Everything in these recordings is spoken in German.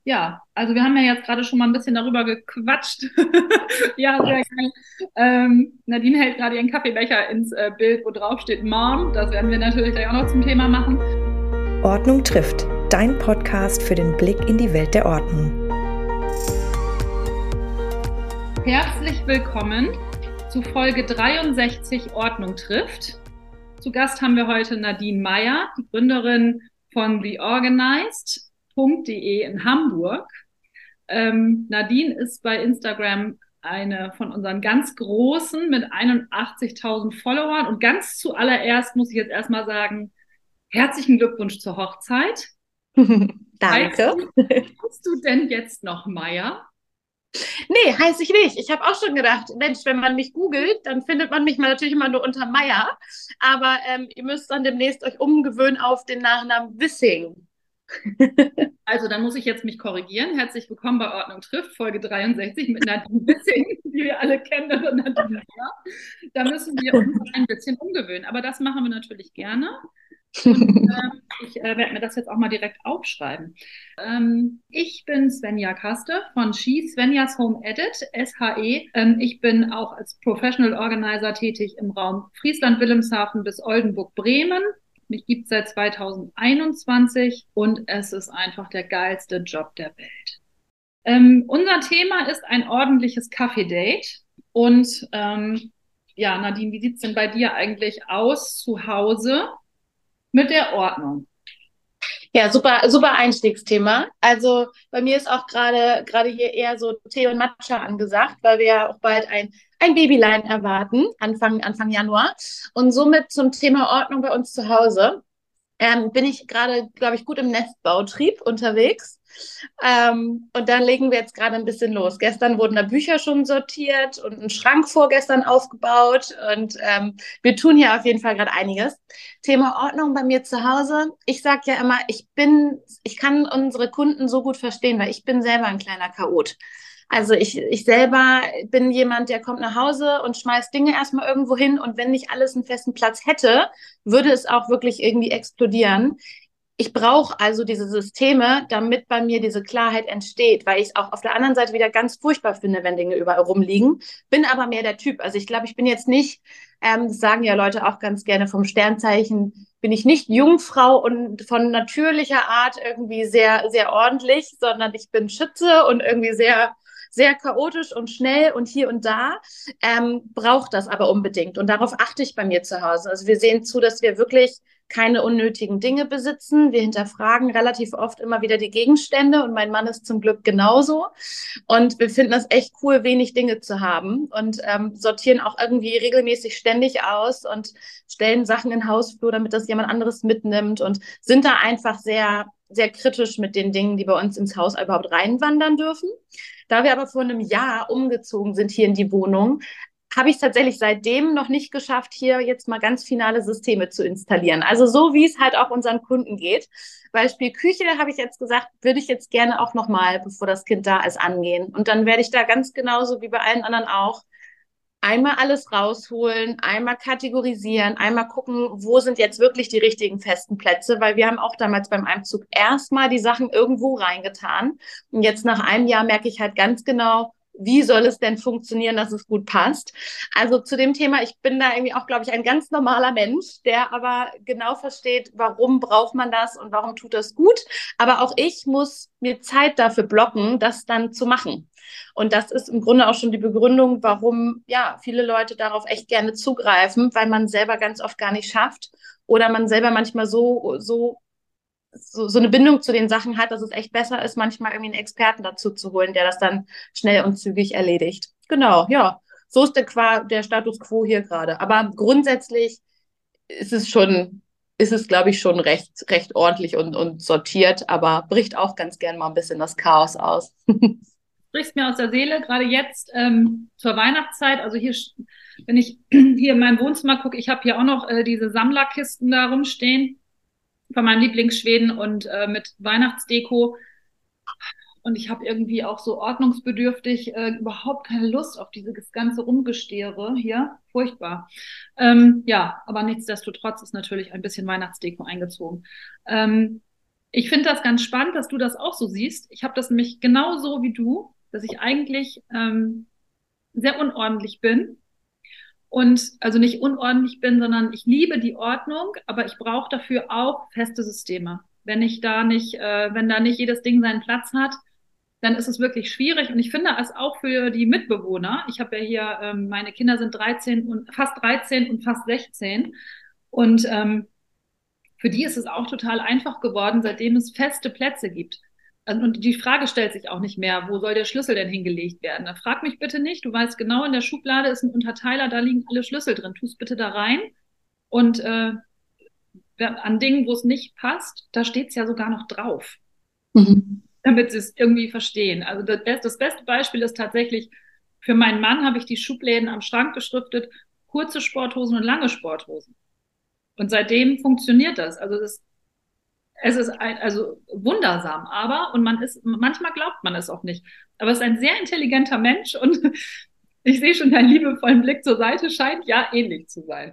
Ja, also wir haben ja jetzt gerade schon mal ein bisschen darüber gequatscht. Ja, sehr geil. Nadine hält gerade ihren Kaffeebecher ins Bild, wo drauf steht Mom. Das werden wir natürlich gleich auch noch zum Thema machen. Ordnung trifft, dein Podcast für den Blick in die Welt der Ordnung. Herzlich willkommen zu Folge 63 Ordnung trifft. Zu Gast haben wir heute Nadine Meyer, die Gründerin von TheOrganized.de in Hamburg. Nadine ist bei Instagram eine von unseren ganz großen mit 81.000 Followern. Und ganz zuallererst muss ich jetzt erstmal sagen, herzlichen Glückwunsch zur Hochzeit. Danke. Heißt du denn jetzt noch Meyer? Nee, heiße ich nicht. Ich habe auch schon gedacht, Mensch, wenn man mich googelt, dann findet man mich mal natürlich immer nur unter Meyer. Aber ihr müsst dann demnächst euch umgewöhnen auf den Nachnamen Wissing. Also dann muss ich jetzt mich korrigieren. Herzlich willkommen bei Ordnung trifft, Folge 63 mit Nadine Wissing, die wir alle kennen. Nadine Meyer. Da müssen wir uns ein bisschen umgewöhnen. Aber das machen wir natürlich gerne. Und ich werde mir das jetzt auch mal direkt aufschreiben. Ich bin Svenja Kaste von She Svenjas Home Edit, SHE. Ich bin auch als Professional Organizer tätig im Raum Friesland-Wilhelmshaven bis Oldenburg-Bremen. Mich gibt es seit 2021 und es ist einfach der geilste Job der Welt. Unser Thema ist ein ordentliches Kaffee-Date. Und ja, Nadine, wie sieht es denn bei dir eigentlich aus zu Hause mit der Ordnung? Ja, super, super Einstiegsthema. Also bei mir ist auch gerade hier eher so Tee und Matcha angesagt, weil wir ja auch bald ein Babylein erwarten, Anfang Januar. Und somit zum Thema Ordnung bei uns zu Hause. Bin ich gerade, glaube ich, gut im Nestbautrieb unterwegs. Und da legen wir jetzt gerade ein bisschen los. Gestern wurden da Bücher schon sortiert und ein Schrank vorgestern aufgebaut. Und wir tun hier auf jeden Fall gerade einiges. Thema Ordnung bei mir zu Hause. Ich sage ja immer, ich kann unsere Kunden so gut verstehen, weil ich bin selber ein kleiner Chaot. Also ich selber bin jemand, der kommt nach Hause und schmeißt Dinge erstmal irgendwo hin und wenn nicht alles einen festen Platz hätte, würde es auch wirklich irgendwie explodieren. Ich brauche also diese Systeme, damit bei mir diese Klarheit entsteht, weil ich es auch auf der anderen Seite wieder ganz furchtbar finde, wenn Dinge überall rumliegen. Bin aber mehr der Typ. Also ich glaube, ich bin jetzt nicht, das sagen ja Leute auch ganz gerne vom Sternzeichen, bin ich nicht Jungfrau und von natürlicher Art irgendwie sehr, sehr ordentlich, sondern ich bin Schütze und irgendwie sehr chaotisch und schnell und hier und da, braucht das aber unbedingt. Und darauf achte ich bei mir zu Hause. Also wir sehen zu, dass wir wirklich keine unnötigen Dinge besitzen. Wir hinterfragen relativ oft immer wieder die Gegenstände und mein Mann ist zum Glück genauso. Und wir finden das echt cool, wenig Dinge zu haben und sortieren auch irgendwie regelmäßig ständig aus und stellen Sachen in den Hausflur, damit das jemand anderes mitnimmt und sind da einfach sehr, sehr kritisch mit den Dingen, die bei uns ins Haus überhaupt reinwandern dürfen. Da wir aber vor einem Jahr umgezogen sind hier in die Wohnung, habe ich tatsächlich seitdem noch nicht geschafft, hier jetzt mal ganz finale Systeme zu installieren. Also so, wie es halt auch unseren Kunden geht. Beispiel Küche, habe ich jetzt gesagt, würde ich jetzt gerne auch nochmal, bevor das Kind da ist, angehen. Und dann werde ich da ganz genauso wie bei allen anderen auch einmal alles rausholen, einmal kategorisieren, einmal gucken, wo sind jetzt wirklich die richtigen festen Plätze, weil wir haben auch damals beim Einzug erstmal die Sachen irgendwo reingetan. Und jetzt nach einem Jahr merke ich halt ganz genau, wie soll es denn funktionieren, dass es gut passt? Also zu dem Thema, ich bin da irgendwie auch, glaube ich, ein ganz normaler Mensch, der aber genau versteht, warum braucht man das und warum tut das gut. Aber auch ich muss mir Zeit dafür blocken, das dann zu machen. Und das ist im Grunde auch schon die Begründung, warum ja viele Leute darauf echt gerne zugreifen, weil man selber ganz oft gar nicht schafft oder man selber manchmal so eine Bindung zu den Sachen hat, dass es echt besser ist, manchmal irgendwie einen Experten dazu zu holen, der das dann schnell und zügig erledigt. Genau, ja. So ist der Status quo hier gerade. Aber grundsätzlich ist es schon, ist es, glaube ich, schon recht ordentlich und sortiert, aber bricht auch ganz gern mal ein bisschen das Chaos aus. Sprichst mir aus der Seele, gerade jetzt zur Weihnachtszeit. Also hier, wenn ich hier in mein Wohnzimmer gucke, ich habe hier auch noch diese Sammlerkisten da rumstehen von meinem Lieblingsschweden und mit Weihnachtsdeko. Und ich habe irgendwie auch so ordnungsbedürftig überhaupt keine Lust auf dieses ganze Rumgestere hier. Furchtbar. Ja, aber nichtsdestotrotz ist natürlich ein bisschen Weihnachtsdeko eingezogen. Ich finde das ganz spannend, dass du das auch so siehst. Ich habe das nämlich genau so wie du, dass ich eigentlich sehr unordentlich bin. Und also nicht unordentlich bin, sondern ich liebe die Ordnung, aber ich brauche dafür auch feste Systeme. Wenn da nicht jedes Ding seinen Platz hat, dann ist es wirklich schwierig. Und ich finde es auch für die Mitbewohner. Ich habe ja hier, meine Kinder sind 13 und fast 16. Und für die ist es auch total einfach geworden, seitdem es feste Plätze gibt. Und die Frage stellt sich auch nicht mehr, wo soll der Schlüssel denn hingelegt werden? Da frag mich bitte nicht. Du weißt genau, in der Schublade ist ein Unterteiler, da liegen alle Schlüssel drin. Tu es bitte da rein. Und an Dingen, wo es nicht passt, da steht es ja sogar noch drauf, damit sie es irgendwie verstehen. Also das beste Beispiel ist tatsächlich, für meinen Mann habe ich die Schubläden am Schrank beschriftet, kurze Sporthosen und lange Sporthosen. Und seitdem funktioniert das. Es ist also wundersam, und manchmal glaubt man es auch nicht. Aber es ist ein sehr intelligenter Mensch und ich sehe schon deinen liebevollen Blick zur Seite, scheint ja ähnlich zu sein.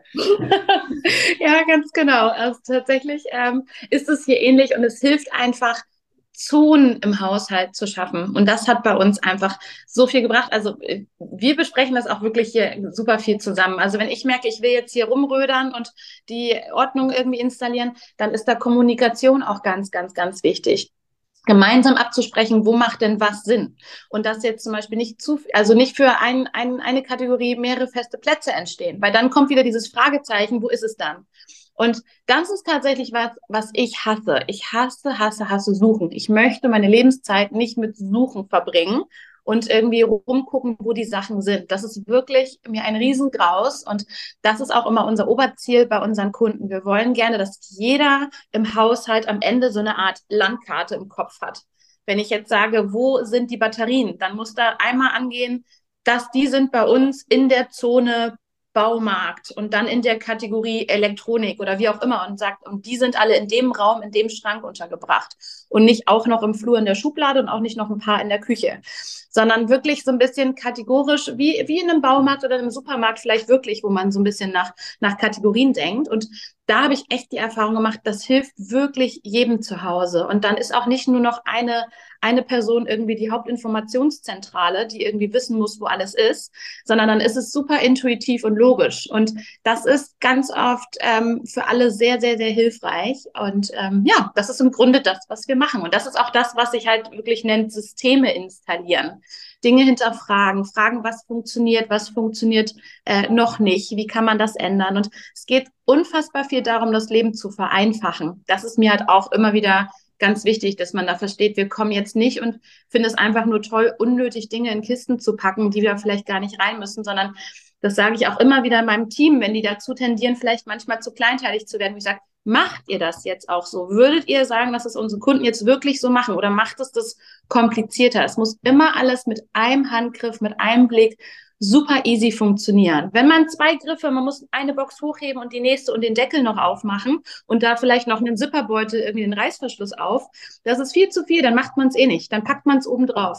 Ja, ganz genau. Also tatsächlich ist es hier ähnlich und es hilft einfach, Zonen im Haushalt zu schaffen. Und das hat bei uns einfach so viel gebracht. Also wir besprechen das auch wirklich hier super viel zusammen. Also wenn ich merke, ich will jetzt hier rumrödern und die Ordnung irgendwie installieren, dann ist da Kommunikation auch ganz, ganz, ganz wichtig. Gemeinsam abzusprechen, wo macht denn was Sinn? Und dass jetzt zum Beispiel also nicht für eine Kategorie mehrere feste Plätze entstehen, weil dann kommt wieder dieses Fragezeichen, wo ist es dann? Und das ist tatsächlich was ich hasse. Ich hasse Suchen. Ich möchte meine Lebenszeit nicht mit Suchen verbringen und irgendwie rumgucken, wo die Sachen sind. Das ist wirklich mir ein Riesengraus und das ist auch immer unser Oberziel bei unseren Kunden. Wir wollen gerne, dass jeder im Haushalt am Ende so eine Art Landkarte im Kopf hat. Wenn ich jetzt sage, wo sind die Batterien, dann muss da einmal angehen, dass die sind bei uns in der Zone Baumarkt und dann in der Kategorie Elektronik oder wie auch immer und sagt, und die sind alle in dem Raum, in dem Schrank untergebracht und nicht auch noch im Flur in der Schublade und auch nicht noch ein paar in der Küche, sondern wirklich so ein bisschen kategorisch, wie in einem Baumarkt oder einem Supermarkt vielleicht wirklich, wo man so ein bisschen nach Kategorien denkt. Und da habe ich echt die Erfahrung gemacht, das hilft wirklich jedem zu Hause. Und dann ist auch nicht nur noch eine Person irgendwie die Hauptinformationszentrale, die irgendwie wissen muss, wo alles ist, sondern dann ist es super intuitiv und logisch. Und das ist ganz oft für alle sehr, sehr, sehr hilfreich. Und ja, das ist im Grunde das, was wir machen. Und das ist auch das, was sich halt wirklich nennt, Systeme installieren. Dinge hinterfragen, fragen, was funktioniert noch nicht, wie kann man das ändern? Und es geht unfassbar viel darum, das Leben zu vereinfachen. Das ist mir halt auch immer wieder ganz wichtig, dass man da versteht, wir kommen jetzt nicht und finden es einfach nur toll, unnötig Dinge in Kisten zu packen, die wir vielleicht gar nicht rein müssen, sondern das sage ich auch immer wieder in meinem Team, wenn die dazu tendieren, vielleicht manchmal zu kleinteilig zu werden, wo ich sage, macht ihr das jetzt auch so? Würdet ihr sagen, dass es unsere Kunden jetzt wirklich so machen oder macht es das komplizierter? Es muss immer alles mit einem Handgriff, mit einem Blick super easy funktionieren. Wenn man man muss eine Box hochheben und die nächste und den Deckel noch aufmachen und da vielleicht noch einen Zipperbeutel, irgendwie den Reißverschluss auf, das ist viel zu viel, dann macht man es eh nicht, dann packt man es oben drauf.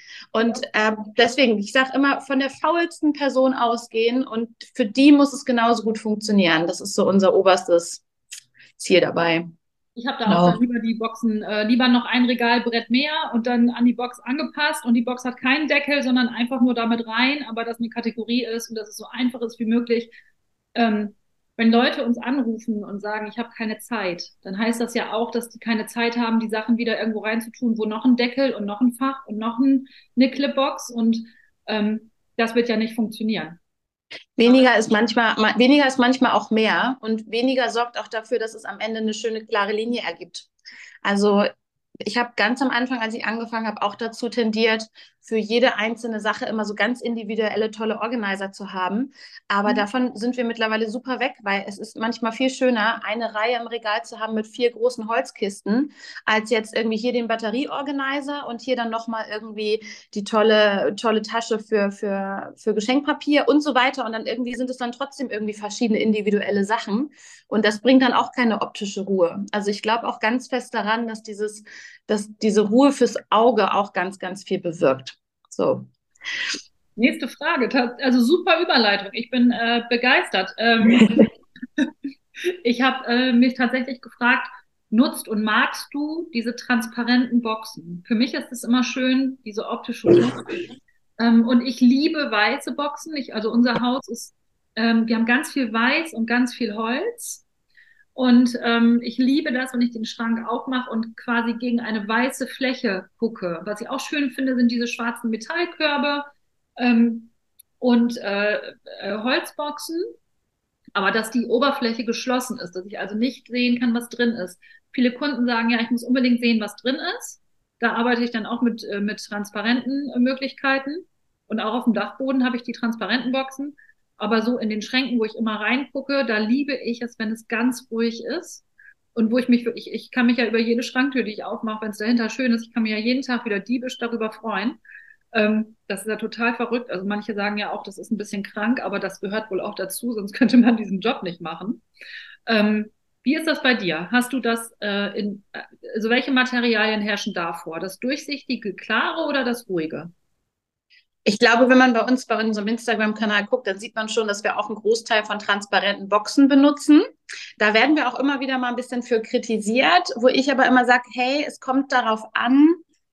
Und deswegen, ich sage immer, von der faulsten Person ausgehen und für die muss es genauso gut funktionieren. Das ist so unser oberstes Ziel dabei. Ich habe da auch dann lieber die Boxen, lieber noch ein Regalbrett mehr und dann an die Box angepasst und die Box hat keinen Deckel, sondern einfach nur damit rein, aber dass eine Kategorie ist und dass es so einfach ist wie möglich. Wenn Leute uns anrufen und sagen, ich habe keine Zeit, dann heißt das ja auch, dass die keine Zeit haben, die Sachen wieder irgendwo reinzutun, wo noch ein Deckel und noch ein Fach und noch eine Clipbox und das wird ja nicht funktionieren. Weniger ist manchmal auch mehr und weniger sorgt auch dafür, dass es am Ende eine schöne, klare Linie ergibt. Also ich habe ganz am Anfang, als ich angefangen habe, auch dazu tendiert, für jede einzelne Sache immer so ganz individuelle, tolle Organizer zu haben. Aber davon sind wir mittlerweile super weg, weil es ist manchmal viel schöner, eine Reihe im Regal zu haben mit 4 großen Holzkisten, als jetzt irgendwie hier den Batterieorganizer und hier dann nochmal irgendwie die tolle Tasche für Geschenkpapier und so weiter. Und dann irgendwie sind es dann trotzdem irgendwie verschiedene individuelle Sachen. Und das bringt dann auch keine optische Ruhe. Also ich glaube auch ganz fest daran, dass diese Ruhe fürs Auge auch ganz, ganz viel bewirkt. So. Nächste Frage, also super Überleitung. Ich bin begeistert. Ich habe mich tatsächlich gefragt, nutzt und magst du diese transparenten Boxen? Für mich ist es immer schön, diese optische Ruhe. Und ich liebe weiße Boxen. Also unser Haus ist, wir haben ganz viel Weiß und ganz viel Holz. Und ich liebe das, wenn ich den Schrank aufmache und quasi gegen eine weiße Fläche gucke. Was ich auch schön finde, sind diese schwarzen Metallkörbe ähm, und Holzboxen, aber dass die Oberfläche geschlossen ist, dass ich also nicht sehen kann, was drin ist. Viele Kunden sagen, ja, ich muss unbedingt sehen, was drin ist. Da arbeite ich dann auch mit transparenten Möglichkeiten. Und auch auf dem Dachboden habe ich die transparenten Boxen. Aber so in den Schränken, wo ich immer reingucke, da liebe ich es, wenn es ganz ruhig ist. Und wo ich mich wirklich, ich kann mich ja über jede Schranktür, die ich aufmache, wenn es dahinter schön ist, ich kann mich ja jeden Tag wieder diebisch darüber freuen. Das ist ja total verrückt. Also manche sagen ja auch, das ist ein bisschen krank, aber das gehört wohl auch dazu, sonst könnte man diesen Job nicht machen. Wie ist das bei dir? Hast du das also welche Materialien herrschen da vor? Das durchsichtige, klare oder das ruhige? Ich glaube, wenn man bei unserem Instagram-Kanal guckt, dann sieht man schon, dass wir auch einen Großteil von transparenten Boxen benutzen. Da werden wir auch immer wieder mal ein bisschen für kritisiert, wo ich aber immer sage, hey, es kommt darauf an,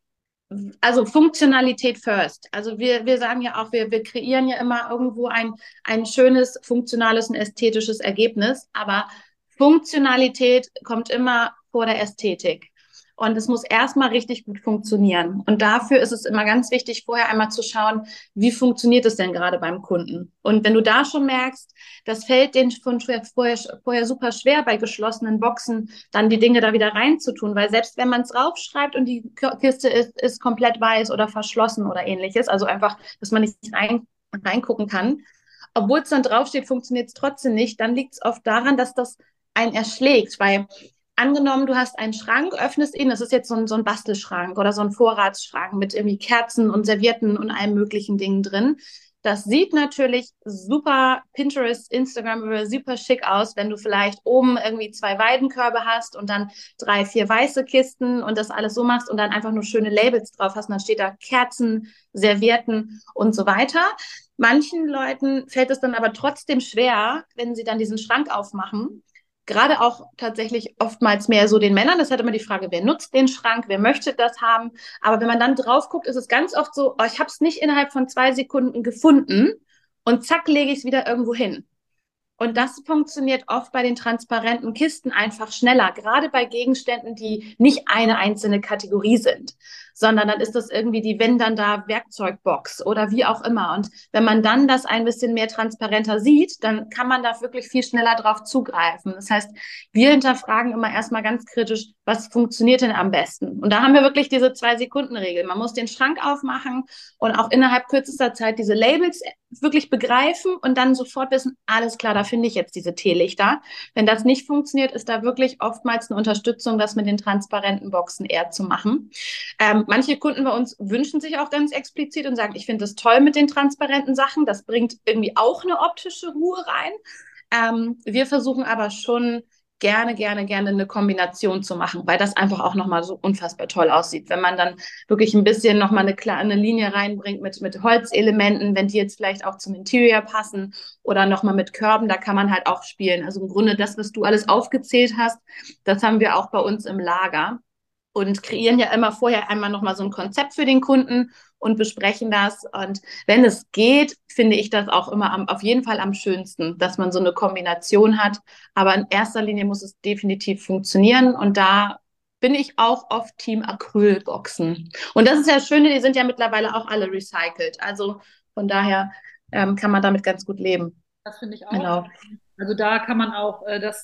also Funktionalität first. Also wir sagen ja auch, wir kreieren ja immer irgendwo ein schönes, funktionales und ästhetisches Ergebnis, aber Funktionalität kommt immer vor der Ästhetik. Und es muss erstmal richtig gut funktionieren. Und dafür ist es immer ganz wichtig, vorher einmal zu schauen, wie funktioniert es denn gerade beim Kunden? Und wenn du da schon merkst, das fällt denen vorher super schwer, bei geschlossenen Boxen dann die Dinge da wieder reinzutun, weil selbst wenn man es raufschreibt und die Kiste ist komplett weiß oder verschlossen oder ähnliches, also einfach, dass man nicht reingucken kann, obwohl es dann draufsteht, funktioniert es trotzdem nicht, dann liegt es oft daran, dass das einen erschlägt, weil angenommen, du hast einen Schrank, öffnest ihn, das ist jetzt so ein Bastelschrank oder so ein Vorratsschrank mit irgendwie Kerzen und Servietten und allen möglichen Dingen drin. Das sieht natürlich super Pinterest, Instagram super schick aus, wenn du vielleicht oben irgendwie 2 Weidenkörbe hast und dann 3, 4 weiße Kisten und das alles so machst und dann einfach nur schöne Labels drauf hast und dann steht da Kerzen, Servietten und so weiter. Manchen Leuten fällt es dann aber trotzdem schwer, wenn sie dann diesen Schrank aufmachen, gerade auch tatsächlich oftmals mehr so den Männern. Das ist halt immer die Frage, wer nutzt den Schrank, wer möchte das haben. Aber wenn man dann drauf guckt, ist es ganz oft so, oh, ich habe es nicht innerhalb von 2 Sekunden gefunden und zack, lege ich es wieder irgendwo hin. Und das funktioniert oft bei den transparenten Kisten einfach schneller, gerade bei Gegenständen, die nicht eine einzelne Kategorie sind, sondern dann ist das irgendwie die wenn dann da Werkzeugbox oder wie auch immer. Und wenn man dann das ein bisschen mehr transparenter sieht, dann kann man da wirklich viel schneller drauf zugreifen. Das heißt, wir hinterfragen immer erstmal ganz kritisch, was funktioniert denn am besten? Und da haben wir wirklich diese 2-Sekunden-Regel. Man muss den Schrank aufmachen und auch innerhalb kürzester Zeit diese Labels wirklich begreifen und dann sofort wissen, alles klar, da finde ich jetzt diese Teelichter. Wenn das nicht funktioniert, ist da wirklich oftmals eine Unterstützung, das mit den transparenten Boxen eher zu machen. Manche Kunden bei uns wünschen sich auch ganz explizit und sagen, ich finde das toll mit den transparenten Sachen. Das bringt irgendwie auch eine optische Ruhe rein. Wir versuchen aber schon gerne eine Kombination zu machen, weil das einfach auch nochmal so unfassbar toll aussieht. Wenn man dann wirklich ein bisschen nochmal eine Linie reinbringt mit Holzelementen, wenn die jetzt vielleicht auch zum Interior passen oder nochmal mit Körben, da kann man halt auch spielen. Also im Grunde das, was du alles aufgezählt hast, das haben wir auch bei uns im Lager und kreieren ja immer vorher einmal nochmal so ein Konzept für den Kunden und besprechen das. Und wenn es geht, finde ich das auch immer auf jeden Fall am schönsten, dass man so eine Kombination hat. Aber in erster Linie muss es definitiv funktionieren. Und da bin ich auch oft Team Acrylboxen. Und das ist ja das Schöne, die sind ja mittlerweile auch alle recycelt. Also von daher kann man damit ganz gut leben. Das finde ich auch. Genau. Also da kann man auch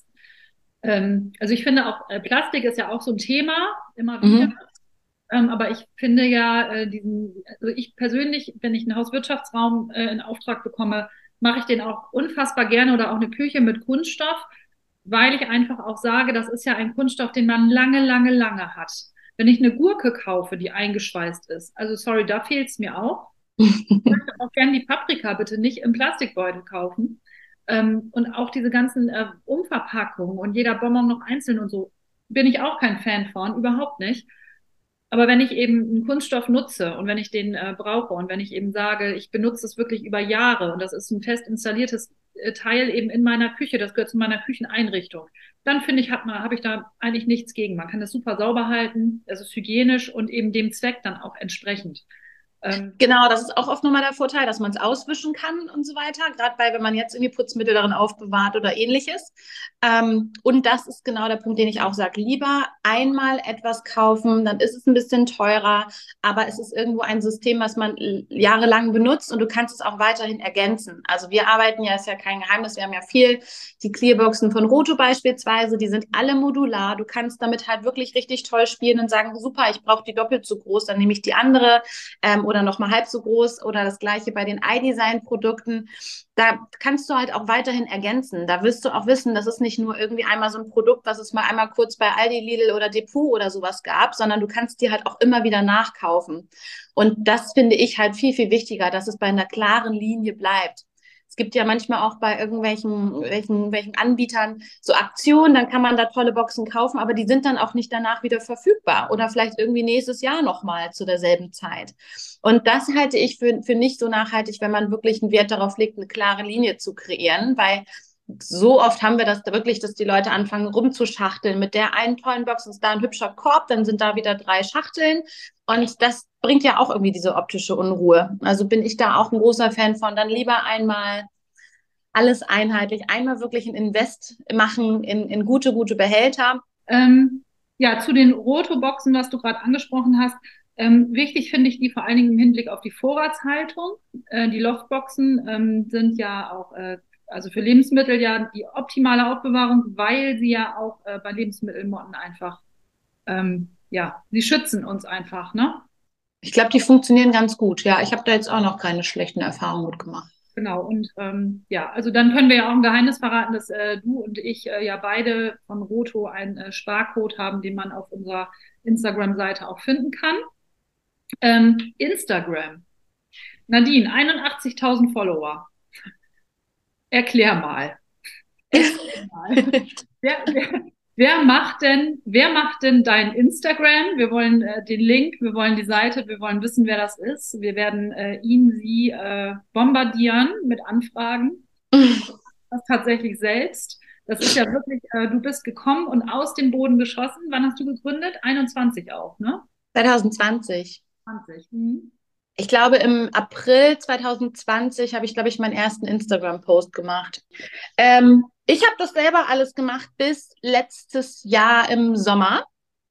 also ich finde auch, Plastik ist ja auch so ein Thema, immer wieder. Aber ich finde ja, also ich persönlich, wenn ich einen Hauswirtschaftsraum in Auftrag bekomme, mache ich den auch unfassbar gerne oder auch eine Küche mit Kunststoff, weil ich einfach auch sage, das ist ja ein Kunststoff, den man lange hat. Wenn ich eine Gurke kaufe, die eingeschweißt ist, also sorry, da fehlt es mir auch. Ich möchte auch gerne die Paprika bitte nicht im Plastikbeutel kaufen. Und auch diese ganzen Umverpackungen und jeder Bonbon noch einzeln und so, bin ich auch kein Fan von, überhaupt nicht. Aber wenn ich eben einen Kunststoff nutze und wenn ich den brauche und wenn ich eben sage, ich benutze es wirklich über Jahre und das ist ein fest installiertes Teil eben in meiner Küche, das gehört zu meiner Kücheneinrichtung. Dann finde ich, habe ich da eigentlich nichts gegen. Man kann das super sauber halten, es ist hygienisch und eben dem Zweck dann auch entsprechend. Genau, das ist auch oft nochmal der Vorteil, dass man es auswischen kann und so weiter, gerade wenn man jetzt irgendwie Putzmittel darin aufbewahrt oder ähnliches. Und das ist genau der Punkt, den ich auch sage. Lieber einmal etwas kaufen, dann ist es ein bisschen teurer, aber es ist irgendwo ein System, was man jahrelang benutzt und du kannst es auch weiterhin ergänzen. Also wir arbeiten ja, ist ja kein Geheimnis, wir haben ja viel, die Clearboxen von Roto beispielsweise, die sind alle modular. Du kannst damit halt wirklich richtig toll spielen und sagen, super, ich brauche die doppelt so groß, dann nehme ich die andere oder noch mal halb so groß oder das gleiche bei den iDesign-Produkten. Da kannst du halt auch weiterhin ergänzen. Da wirst du auch wissen, das ist nicht nur irgendwie einmal so ein Produkt, was es mal einmal kurz bei Aldi, Lidl oder Depot oder sowas gab, sondern du kannst dir halt auch immer wieder nachkaufen. Und das finde ich halt viel, viel wichtiger, dass es bei einer klaren Linie bleibt. Es gibt ja manchmal auch bei welchen Anbietern so Aktionen, dann kann man da tolle Boxen kaufen, aber die sind dann auch nicht danach wieder verfügbar oder vielleicht irgendwie nächstes Jahr nochmal zu derselben Zeit. Und das halte ich für nicht so nachhaltig, wenn man wirklich einen Wert darauf legt, eine klare Linie zu kreieren, weil so oft haben wir das wirklich, dass die Leute anfangen rumzuschachteln. Mit der einen tollen Box ist da ein hübscher Korb, dann sind da wieder 3 Schachteln. Und das bringt ja auch irgendwie diese optische Unruhe. Also bin ich da auch ein großer Fan von. Dann lieber einmal alles einheitlich, einmal wirklich ein Invest machen in gute Behälter. Ja, zu den Roto-Boxen, was du gerade angesprochen hast. Wichtig finde ich die vor allen Dingen im Hinblick auf die Vorratshaltung. Die Loftboxen sind ja auch also für Lebensmittel ja die optimale Aufbewahrung, weil sie ja auch bei Lebensmittelmotten einfach, ja, sie schützen uns einfach, ne? Ich glaube, die funktionieren ganz gut. Ja, ich habe da jetzt auch noch keine schlechten Erfahrungen mit gemacht. Genau, und ja, also dann können wir ja auch ein Geheimnis verraten, dass du und ich ja beide von Roto einen Sparcode haben, den man auf unserer Instagram-Seite auch finden kann. Instagram. Nadine, 81.000 Follower. Erklär mal. Erklär mal. Wer macht denn dein Instagram? Wir wollen den Link, wir wollen die Seite, wir wollen wissen, wer das ist. Wir werden sie bombardieren mit Anfragen. Das tatsächlich selbst. Das ist ja wirklich, du bist gekommen und aus dem Boden geschossen. Wann hast du gegründet? 21 auch, ne? 2020. 20. Mhm. Ich glaube, im April 2020 habe ich, glaube ich, meinen ersten Instagram-Post gemacht. Ich habe das selber alles gemacht bis letztes Jahr im Sommer.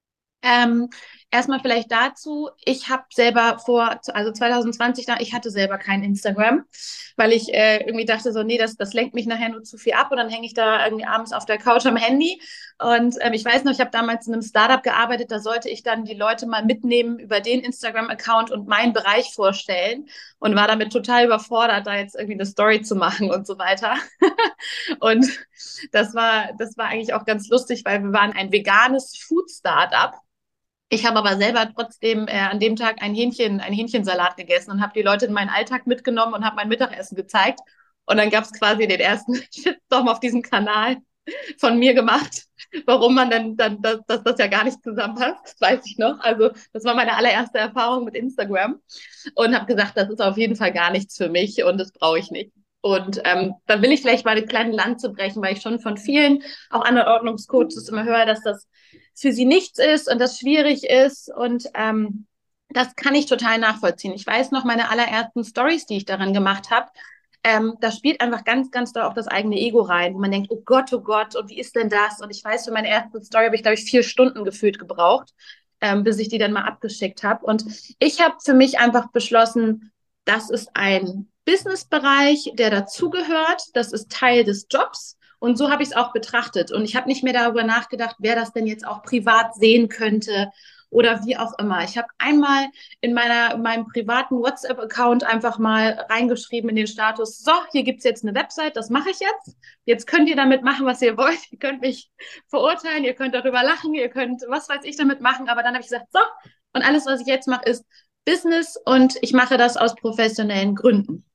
Erstmal vielleicht dazu, ich habe selber also 2020, ich hatte selber kein Instagram, weil ich irgendwie dachte so, nee, das lenkt mich nachher nur zu viel ab und dann hänge ich da irgendwie abends auf der Couch am Handy. Und ich weiß noch, ich habe damals in einem Startup gearbeitet, da sollte ich dann die Leute mal mitnehmen über den Instagram-Account und meinen Bereich vorstellen und war damit total überfordert, da jetzt irgendwie eine Story zu machen und so weiter. Und das war eigentlich auch ganz lustig, weil wir waren ein veganes Food-Startup. Ich habe aber selber trotzdem an dem Tag ein Hähnchensalat gegessen und habe die Leute in meinen Alltag mitgenommen und habe mein Mittagessen gezeigt. Und dann gab es quasi den ersten Shitstorm auf diesem Kanal von mir gemacht, warum man dann dass das ja gar nicht zusammenpasst, das weiß ich noch. Also das war meine allererste Erfahrung mit Instagram und habe gesagt, das ist auf jeden Fall gar nichts für mich und das brauche ich nicht. Und da will ich vielleicht mal eine kleine Lanze brechen, weil ich schon von vielen, auch anderen Ordnungscoaches immer höre, dass das für sie nichts ist und das schwierig ist. Und das kann ich total nachvollziehen. Ich weiß noch, meine allerersten Stories, die ich darin gemacht habe, da spielt einfach ganz, ganz doll auch das eigene Ego rein, wo man denkt, oh Gott, und wie ist denn das? Und ich weiß, für meine erste Story habe ich, glaube ich, 4 Stunden gefühlt gebraucht, bis ich die dann mal abgeschickt habe. Und ich habe für mich einfach beschlossen, das ist ein Businessbereich, der dazugehört. Das ist Teil des Jobs. Und so habe ich es auch betrachtet. Und ich habe nicht mehr darüber nachgedacht, wer das denn jetzt auch privat sehen könnte oder wie auch immer. Ich habe einmal in meinem privaten WhatsApp-Account einfach mal reingeschrieben in den Status, so, hier gibt es jetzt eine Website, das mache ich jetzt. Jetzt könnt ihr damit machen, was ihr wollt. Ihr könnt mich verurteilen, ihr könnt darüber lachen, ihr könnt was weiß ich damit machen. Aber dann habe ich gesagt, so, und alles, was ich jetzt mache, ist Business und ich mache das aus professionellen Gründen.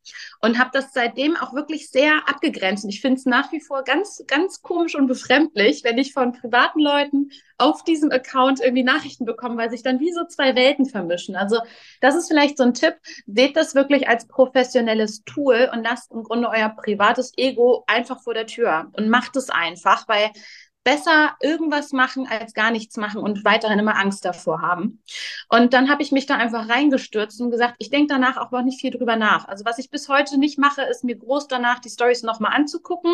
und habe das seitdem auch wirklich sehr abgegrenzt. Und ich finde es nach wie vor ganz, ganz komisch und befremdlich, wenn ich von privaten Leuten auf diesem Account irgendwie Nachrichten bekomme, weil sich dann wie so zwei Welten vermischen. Also das ist vielleicht so ein Tipp. Seht das wirklich als professionelles Tool und lasst im Grunde euer privates Ego einfach vor der Tür und macht es einfach, weil besser irgendwas machen als gar nichts machen und weiterhin immer Angst davor haben. Und dann habe ich mich da einfach reingestürzt und gesagt, ich denke danach auch noch nicht viel drüber nach. Also was ich bis heute nicht mache, ist mir groß danach die Stories nochmal anzugucken,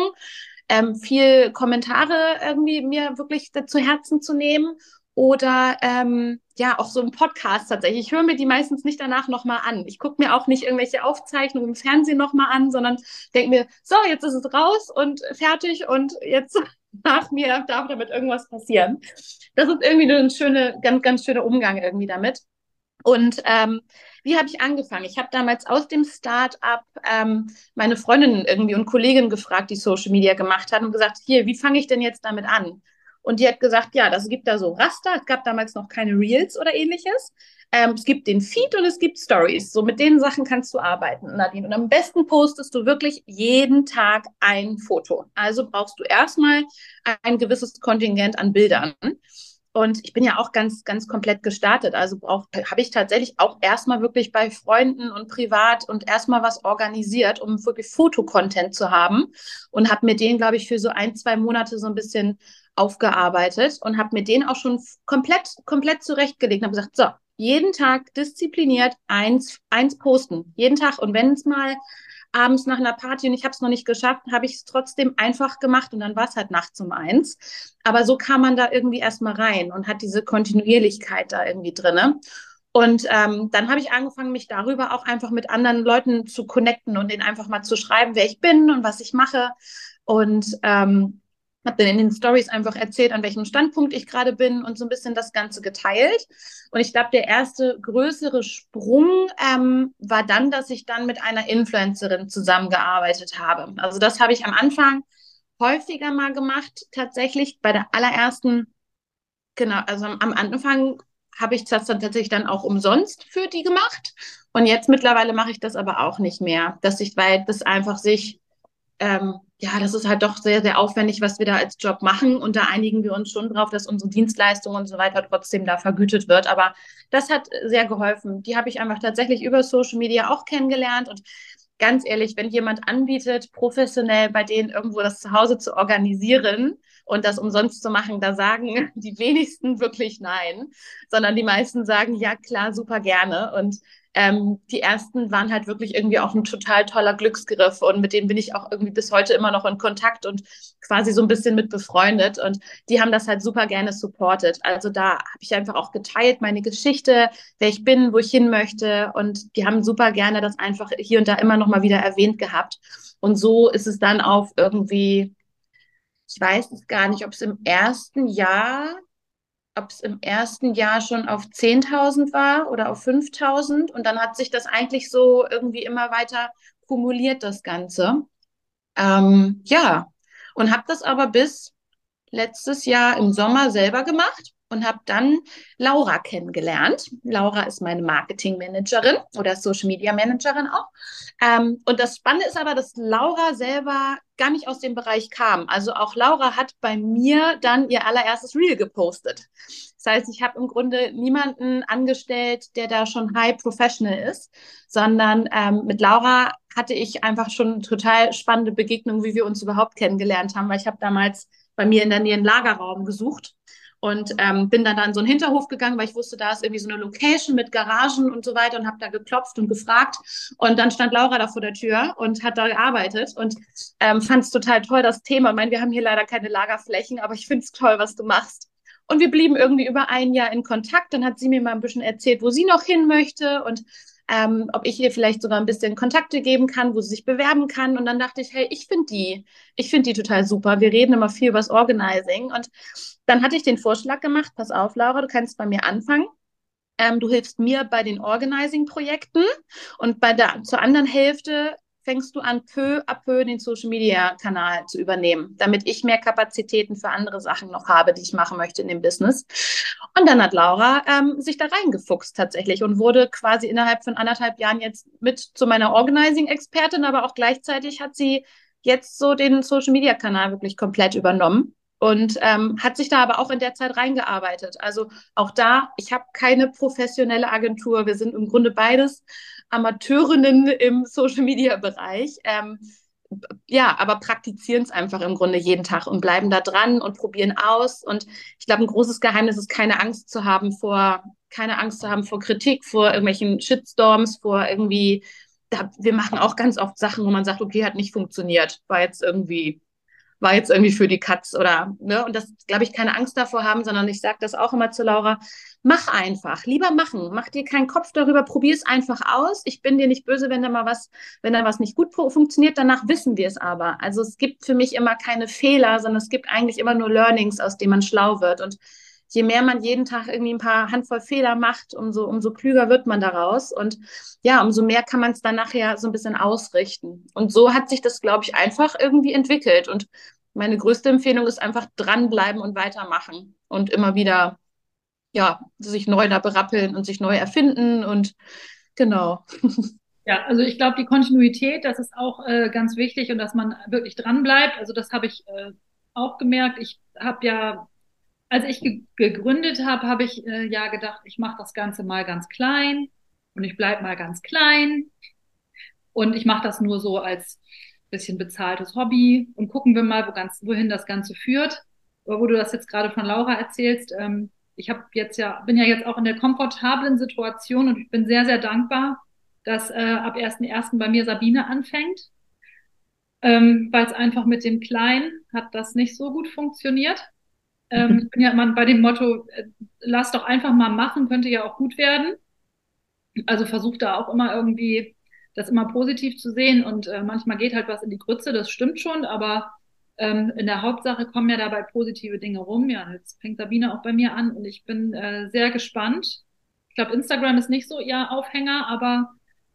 viel Kommentare irgendwie mir wirklich zu Herzen zu nehmen oder ja, auch so ein Podcast tatsächlich. Ich höre mir die meistens nicht danach nochmal an. Ich gucke mir auch nicht irgendwelche Aufzeichnungen im Fernsehen nochmal an, sondern denke mir, so, jetzt ist es raus und fertig und jetzt nach mir darf damit irgendwas passieren. Das ist irgendwie ein schöner, ganz, ganz schöner Umgang irgendwie damit. Und wie habe ich angefangen? Ich habe damals aus dem Start-up meine Freundinnen irgendwie und Kolleginnen gefragt, die Social Media gemacht hat und gesagt, hier, wie fange ich denn jetzt damit an? Und die hat gesagt, ja, das gibt da so Raster. Es gab damals noch keine Reels oder ähnliches. Es gibt den Feed und es gibt Stories. So mit den Sachen kannst du arbeiten, Nadine. Und am besten postest du wirklich jeden Tag ein Foto. Also brauchst du erstmal ein gewisses Kontingent an Bildern. Und ich bin ja auch ganz, ganz komplett gestartet. Also habe ich tatsächlich auch erstmal wirklich bei Freunden und privat und erstmal was organisiert, um wirklich Fotocontent zu haben. Und habe mir den, glaube ich, für so 1, 2 Monate so ein bisschen aufgearbeitet und habe mir den auch schon komplett zurechtgelegt und habe gesagt, so, jeden Tag diszipliniert eins posten. Jeden Tag. Und wenn es mal abends nach einer Party und ich habe es noch nicht geschafft, habe ich es trotzdem einfach gemacht und dann war es halt nachts um 1. Aber so kam man da irgendwie erstmal rein und hat diese Kontinuierlichkeit da irgendwie drinne. Und dann habe ich angefangen, mich darüber auch einfach mit anderen Leuten zu connecten und denen einfach mal zu schreiben, wer ich bin und was ich mache. Und habe dann in den Stories einfach erzählt, an welchem Standpunkt ich gerade bin und so ein bisschen das Ganze geteilt. Und ich glaube, der erste größere Sprung war dann, dass ich dann mit einer Influencerin zusammengearbeitet habe. Also das habe ich am Anfang häufiger mal gemacht, tatsächlich bei der allerersten, genau, also am Anfang habe ich das dann tatsächlich dann auch umsonst für die gemacht. Und jetzt mittlerweile mache ich das aber auch nicht mehr, weil das einfach ja, das ist halt doch sehr, sehr aufwendig, was wir da als Job machen. Und da einigen wir uns schon drauf, dass unsere Dienstleistung und so weiter trotzdem da vergütet wird. Aber das hat sehr geholfen. Die habe ich einfach tatsächlich über Social Media auch kennengelernt. Und ganz ehrlich, wenn jemand anbietet, professionell bei denen irgendwo das Zuhause zu organisieren und das umsonst zu machen, da sagen die wenigsten wirklich nein, sondern die meisten sagen, ja klar, super gerne. Und die ersten waren halt wirklich irgendwie auch ein total toller Glücksgriff und mit denen bin ich auch irgendwie bis heute immer noch in Kontakt und quasi so ein bisschen mit befreundet und die haben das halt super gerne supportet. Also da habe ich einfach auch geteilt, meine Geschichte, wer ich bin, wo ich hin möchte und die haben super gerne das einfach hier und da immer noch mal wieder erwähnt gehabt. Und so ist es dann auf irgendwie, ich weiß es gar nicht, ob es im ersten Jahr schon auf 10.000 war oder auf 5.000. Und dann hat sich das eigentlich so irgendwie immer weiter kumuliert, das Ganze. Ja, und habe das aber bis letztes Jahr im Sommer selber gemacht und habe dann Laura kennengelernt. Laura ist meine Marketingmanagerin oder Social Media Managerin auch. Und das Spannende ist aber, dass Laura selber gar nicht aus dem Bereich kam. Also auch Laura hat bei mir dann ihr allererstes Reel gepostet. Das heißt, ich habe im Grunde niemanden angestellt, der da schon High Professional ist, sondern mit Laura hatte ich einfach schon total spannende Begegnungen, wie wir uns überhaupt kennengelernt haben, weil ich habe damals bei mir in der Nähe einen Lagerraum gesucht und bin dann da in so einen Hinterhof gegangen, weil ich wusste, da ist irgendwie so eine Location mit Garagen und so weiter und habe da geklopft und gefragt und dann stand Laura da vor der Tür und hat da gearbeitet und fand es total toll, das Thema. Ich meine, wir haben hier leider keine Lagerflächen, aber ich finde es toll, was du machst. Und wir blieben irgendwie über ein Jahr in Kontakt. Dann hat sie mir mal ein bisschen erzählt, wo sie noch hin möchte und ob ich ihr vielleicht sogar ein bisschen Kontakte geben kann, wo sie sich bewerben kann. Und dann dachte ich, hey, ich finde die total super. Wir reden immer viel über das Organizing. Und dann hatte ich den Vorschlag gemacht, pass auf, Laura, du kannst bei mir anfangen. Du hilfst mir bei den Organizing-Projekten und zur anderen Hälfte fängst du an, peu à peu den Social-Media-Kanal zu übernehmen, damit ich mehr Kapazitäten für andere Sachen noch habe, die ich machen möchte in dem Business. Und dann hat Laura sich da reingefuchst tatsächlich und wurde quasi innerhalb von 1,5 Jahren jetzt mit zu meiner Organizing-Expertin, aber auch gleichzeitig hat sie jetzt so den Social-Media-Kanal wirklich komplett übernommen und hat sich da aber auch in der Zeit reingearbeitet. Also auch da, ich habe keine professionelle Agentur. Wir sind im Grunde beides Amateurinnen im Social-Media-Bereich. Ja, aber praktizieren es einfach im Grunde jeden Tag und bleiben da dran und probieren aus. Und ich glaube, ein großes Geheimnis ist, keine Angst zu haben vor Kritik, vor irgendwelchen Shitstorms, vor irgendwie, wir machen auch ganz oft Sachen, wo man sagt, okay, hat nicht funktioniert, war jetzt irgendwie für die Katz oder, ne? Und das, glaube ich, keine Angst davor haben, sondern ich sage das auch immer zu Laura, mach einfach, lieber machen, mach dir keinen Kopf darüber, probier es einfach aus. Ich bin dir nicht böse, wenn da was nicht gut funktioniert, danach wissen wir es aber. Also es gibt für mich immer keine Fehler, sondern es gibt eigentlich immer nur Learnings, aus denen man schlau wird. Und je mehr man jeden Tag irgendwie ein paar Handvoll Fehler macht, umso klüger wird man daraus. Und ja, umso mehr kann man es dann nachher so ein bisschen ausrichten. Und so hat sich das, glaube ich, einfach irgendwie entwickelt. Und meine größte Empfehlung ist einfach dranbleiben und weitermachen und immer wieder, ja, sich neu da berappeln und sich neu erfinden und genau. Ja, also ich glaube, die Kontinuität, das ist auch ganz wichtig und dass man wirklich dran bleibt. Also das habe ich auch gemerkt. Ich habe ja, als ich gegründet habe, habe ich ja gedacht, ich mache das Ganze mal ganz klein und ich bleibe mal ganz klein und ich mache das nur so als bisschen bezahltes Hobby und gucken wir mal, wohin das Ganze führt. Aber wo du das jetzt gerade von Laura erzählst, ich bin ja jetzt auch in der komfortablen Situation und ich bin sehr, sehr dankbar, dass ab 1.1. bei mir Sabine anfängt, weil es einfach mit dem Kleinen hat das nicht so gut funktioniert. Ich bin ja immer bei dem Motto, lass doch einfach mal machen, könnte ja auch gut werden. Also versuche da auch immer irgendwie das immer positiv zu sehen und manchmal geht halt was in die Grütze, das stimmt schon, aber in der Hauptsache kommen ja dabei positive Dinge rum. Ja, jetzt fängt Sabine auch bei mir an und ich bin sehr gespannt. Ich glaube, Instagram ist nicht so ihr Aufhänger, aber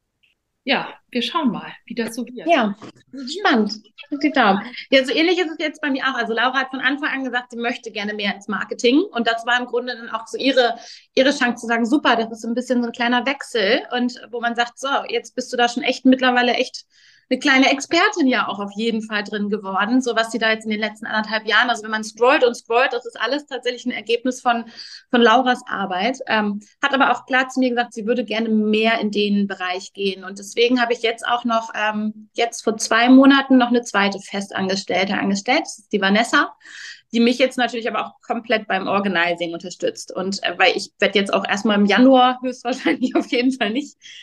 ja, wir schauen mal, wie das so wird. Ja, spannend. Die Daumen. Ja, so ähnlich ist es jetzt bei mir auch. Also Laura hat von Anfang an gesagt, sie möchte gerne mehr ins Marketing. Und das war im Grunde dann auch so ihre Chance zu sagen, super, das ist so ein bisschen so ein kleiner Wechsel. Und wo man sagt, so, jetzt bist du da schon mittlerweile echt eine kleine Expertin ja auch auf jeden Fall drin geworden, so was sie da jetzt in den letzten 1,5 Jahren, also wenn man scrollt und scrollt, das ist alles tatsächlich ein Ergebnis von Lauras Arbeit, hat aber auch klar zu mir gesagt, sie würde gerne mehr in den Bereich gehen und deswegen habe ich jetzt auch noch, jetzt vor 2 Monaten noch eine zweite Festangestellte angestellt, das ist die Vanessa, die mich jetzt natürlich aber auch komplett beim Organizing unterstützt. Und weil ich werde jetzt auch erstmal im Januar höchstwahrscheinlich auf jeden Fall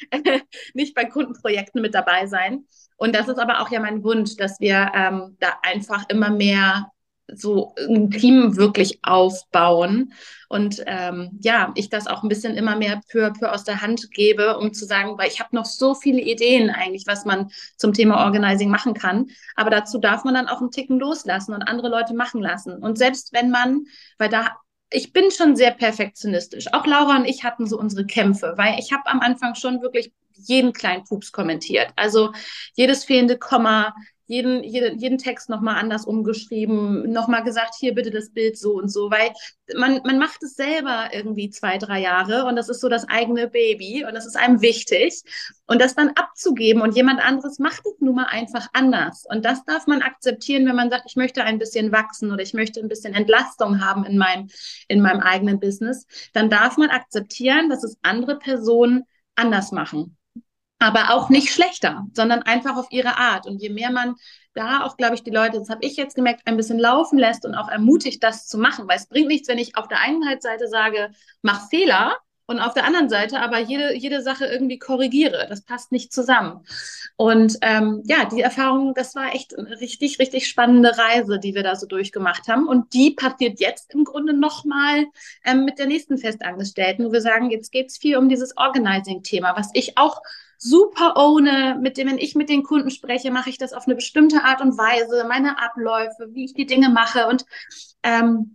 nicht bei Kundenprojekten mit dabei sein. Und das ist aber auch ja mein Wunsch, dass wir da einfach immer mehr so ein Team wirklich aufbauen und ja, ich das auch ein bisschen immer mehr peu à peu aus der Hand gebe, um zu sagen, weil ich habe noch so viele Ideen eigentlich, was man zum Thema Organizing machen kann, aber dazu darf man dann auch einen Ticken loslassen und andere Leute machen lassen. Und selbst wenn ich bin schon sehr perfektionistisch. Auch Laura und ich hatten so unsere Kämpfe, weil ich habe am Anfang schon wirklich jeden kleinen Pups kommentiert. Also jedes fehlende Komma, jeden Text nochmal anders umgeschrieben, nochmal gesagt, hier bitte das Bild so und so, weil man macht es selber irgendwie 2, 3 Jahre und das ist so das eigene Baby und das ist einem wichtig und das dann abzugeben und jemand anderes macht es nun mal einfach anders und das darf man akzeptieren, wenn man sagt, ich möchte ein bisschen wachsen oder ich möchte ein bisschen Entlastung haben in meinem eigenen Business, dann darf man akzeptieren, dass es andere Personen anders machen. Aber auch nicht schlechter, sondern einfach auf ihre Art. Und je mehr man da auch, glaube ich, die Leute, das habe ich jetzt gemerkt, ein bisschen laufen lässt und auch ermutigt, das zu machen. Weil es bringt nichts, wenn ich auf der einen Seite sage, mach Fehler und auf der anderen Seite aber jede Sache irgendwie korrigiere. Das passt nicht zusammen. Und ja, die Erfahrung, das war echt eine richtig, richtig spannende Reise, die wir da so durchgemacht haben. Und die passiert jetzt im Grunde nochmal mit der nächsten Festangestellten, wo wir sagen, jetzt geht es viel um dieses Organizing-Thema, was ich auch super ohne, wenn ich mit den Kunden spreche, mache ich das auf eine bestimmte Art und Weise, meine Abläufe, wie ich die Dinge mache und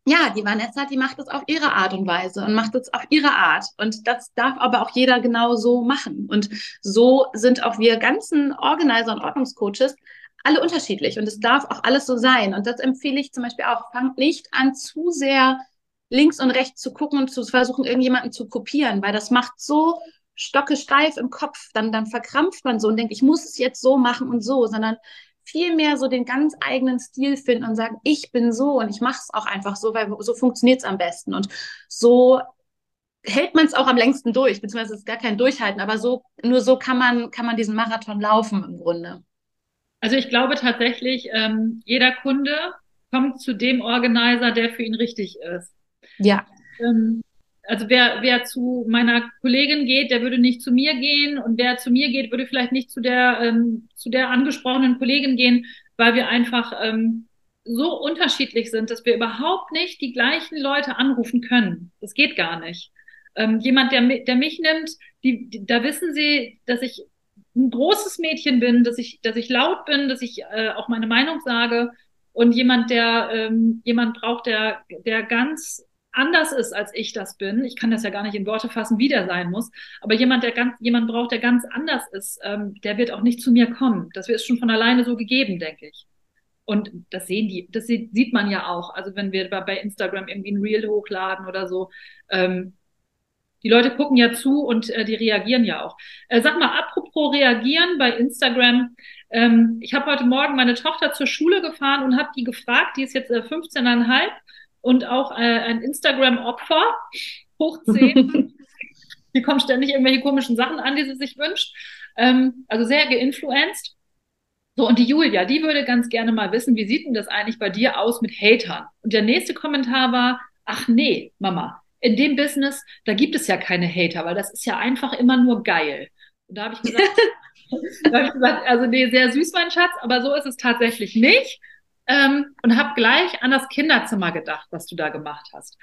ja, die Vanessa, die macht es auf ihre Art und Weise und macht es auf ihre Art. Und das darf aber auch jeder genau so machen. Und so sind auch wir ganzen Organizer und Ordnungscoaches alle unterschiedlich. Und es darf auch alles so sein. Und das empfehle ich zum Beispiel auch. Fangt nicht an, zu sehr links und rechts zu gucken und zu versuchen, irgendjemanden zu kopieren, weil das macht so stockesteif im Kopf. Dann verkrampft man so und denkt, ich muss es jetzt so machen und so, sondern viel mehr so den ganz eigenen Stil finden und sagen, ich bin so und ich mache es auch einfach so, weil so funktioniert es am besten. Und so hält man es auch am längsten durch, beziehungsweise es ist gar kein Durchhalten, aber so, nur so kann man diesen Marathon laufen im Grunde. Also ich glaube tatsächlich, jeder Kunde kommt zu dem Organizer, der für ihn richtig ist. Ja. Ähm, also wer zu meiner Kollegin geht, der würde nicht zu mir gehen, und wer zu mir geht, würde vielleicht nicht zu der angesprochenen Kollegin gehen, weil wir einfach so unterschiedlich sind, dass wir überhaupt nicht die gleichen Leute anrufen können. Das geht gar nicht. Jemand, der mich nimmt, da wissen sie, dass ich ein großes Mädchen bin, dass ich laut bin, dass ich auch meine Meinung sage. Und jemand braucht, der ganz anders ist, als ich das bin. Ich kann das ja gar nicht in Worte fassen, wie der sein muss. Aber jemand braucht, der ganz anders ist, der wird auch nicht zu mir kommen. Das ist schon von alleine so gegeben, denke ich. Und das sieht man ja auch. Also wenn wir bei Instagram irgendwie ein Reel hochladen oder so, die Leute gucken ja zu und die reagieren ja auch. Sag mal, apropos reagieren bei Instagram. Ich habe heute Morgen meine Tochter zur Schule gefahren und habe die gefragt, die ist jetzt 15,5 und auch ein Instagram-Opfer, hoch 10. Die kommen ständig irgendwelche komischen Sachen an, die sie sich wünscht. Also sehr geinfluenced. So, und die Julia, die würde ganz gerne mal wissen, wie sieht denn das eigentlich bei dir aus mit Hatern? Und der nächste Kommentar war, ach nee, Mama, in dem Business, da gibt es ja keine Hater, weil das ist ja einfach immer nur geil. Und da habe ich gesagt, also nee, sehr süß, mein Schatz, aber so ist es tatsächlich nicht. Und habe gleich an das Kinderzimmer gedacht, was du da gemacht hast.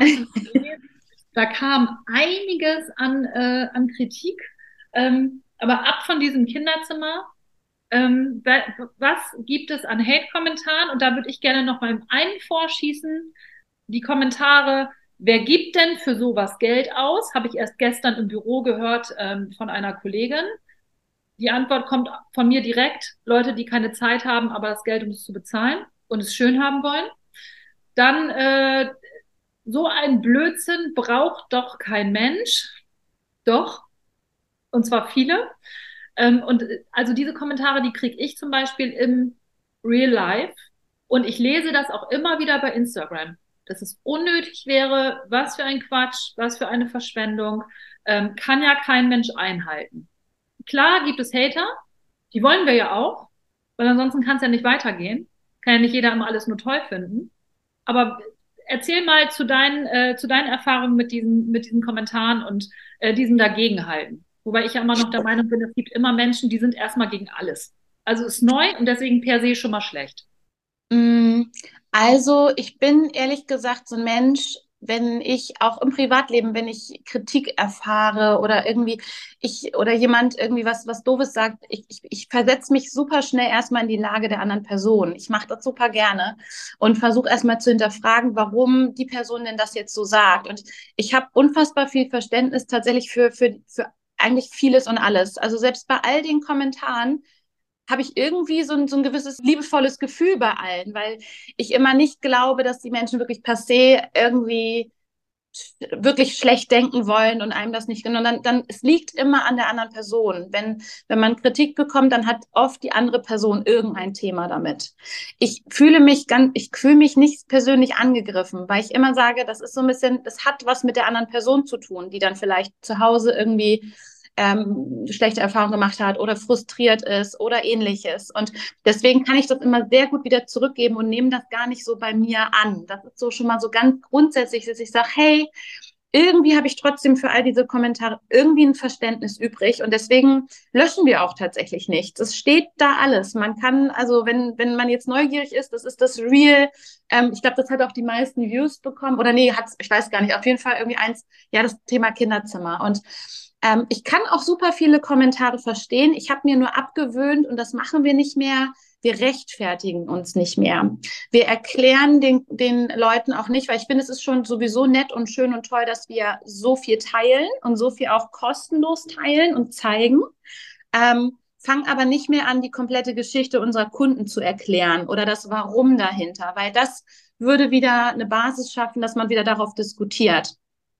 Da kam einiges an Kritik, aber ab von diesem Kinderzimmer. Was gibt es an Hate-Kommentaren? Und da würde ich gerne noch mal im einen vorschießen. Die Kommentare, wer gibt denn für sowas Geld aus? Habe ich erst gestern im Büro gehört von einer Kollegin. Die Antwort kommt von mir direkt. Leute, die keine Zeit haben, aber das Geld, um es zu bezahlen und es schön haben wollen. Dann so ein Blödsinn braucht doch kein Mensch. Doch, und zwar viele. Und also diese Kommentare, die kriege ich zum Beispiel im Real Life. Und ich lese das auch immer wieder bei Instagram, dass es unnötig wäre, was für ein Quatsch, was für eine Verschwendung, kann ja kein Mensch einhalten. Klar gibt es Hater, die wollen wir ja auch, weil ansonsten kann es ja nicht weitergehen. Kann ja nicht jeder immer alles nur toll finden. Aber erzähl mal zu deinen Erfahrungen mit diesen Kommentaren und diesem Dagegenhalten. Wobei ich ja immer noch der Meinung bin, es gibt immer Menschen, die sind erstmal gegen alles. Also ist neu und deswegen per se schon mal schlecht. Also ich bin ehrlich gesagt so ein Mensch, wenn ich auch im Privatleben, wenn ich Kritik erfahre oder irgendwie oder jemand irgendwie was Doofes sagt, ich versetze mich super schnell erstmal in die Lage der anderen Person. Ich mache das super gerne und versuche erstmal zu hinterfragen, warum die Person denn das jetzt so sagt. Und ich habe unfassbar viel Verständnis tatsächlich für eigentlich vieles und alles. Also selbst bei all den Kommentaren habe ich irgendwie so ein gewisses liebevolles Gefühl bei allen, weil ich immer nicht glaube, dass die Menschen wirklich per se irgendwie wirklich schlecht denken wollen und einem das nicht genau. Dann es liegt immer an der anderen Person. Wenn man Kritik bekommt, dann hat oft die andere Person irgendein Thema damit. Ich fühle mich nicht persönlich angegriffen, weil ich immer sage, das ist so ein bisschen, das hat was mit der anderen Person zu tun, die dann vielleicht zu Hause irgendwie schlechte Erfahrungen gemacht hat oder frustriert ist oder ähnliches. Und deswegen kann ich das immer sehr gut wieder zurückgeben und nehme das gar nicht so bei mir an. Das ist so schon mal so ganz grundsätzlich, dass ich sage, hey, irgendwie habe ich trotzdem für all diese Kommentare irgendwie ein Verständnis übrig und deswegen löschen wir auch tatsächlich nichts. Es steht da alles. Man kann, also wenn man jetzt neugierig ist, das ist das Real. Ich glaube, das hat auch die meisten Views bekommen. Oder nee, ich weiß gar nicht, auf jeden Fall irgendwie eins, ja, das Thema Kinderzimmer. Und ich kann auch super viele Kommentare verstehen. Ich habe mir nur abgewöhnt, und das machen wir nicht mehr, wir rechtfertigen uns nicht mehr. Wir erklären den Leuten auch nicht, weil ich finde, es ist schon sowieso nett und schön und toll, dass wir so viel teilen und so viel auch kostenlos teilen und zeigen. Fangen aber nicht mehr an, die komplette Geschichte unserer Kunden zu erklären oder das Warum dahinter, weil das würde wieder eine Basis schaffen, dass man wieder darauf diskutiert.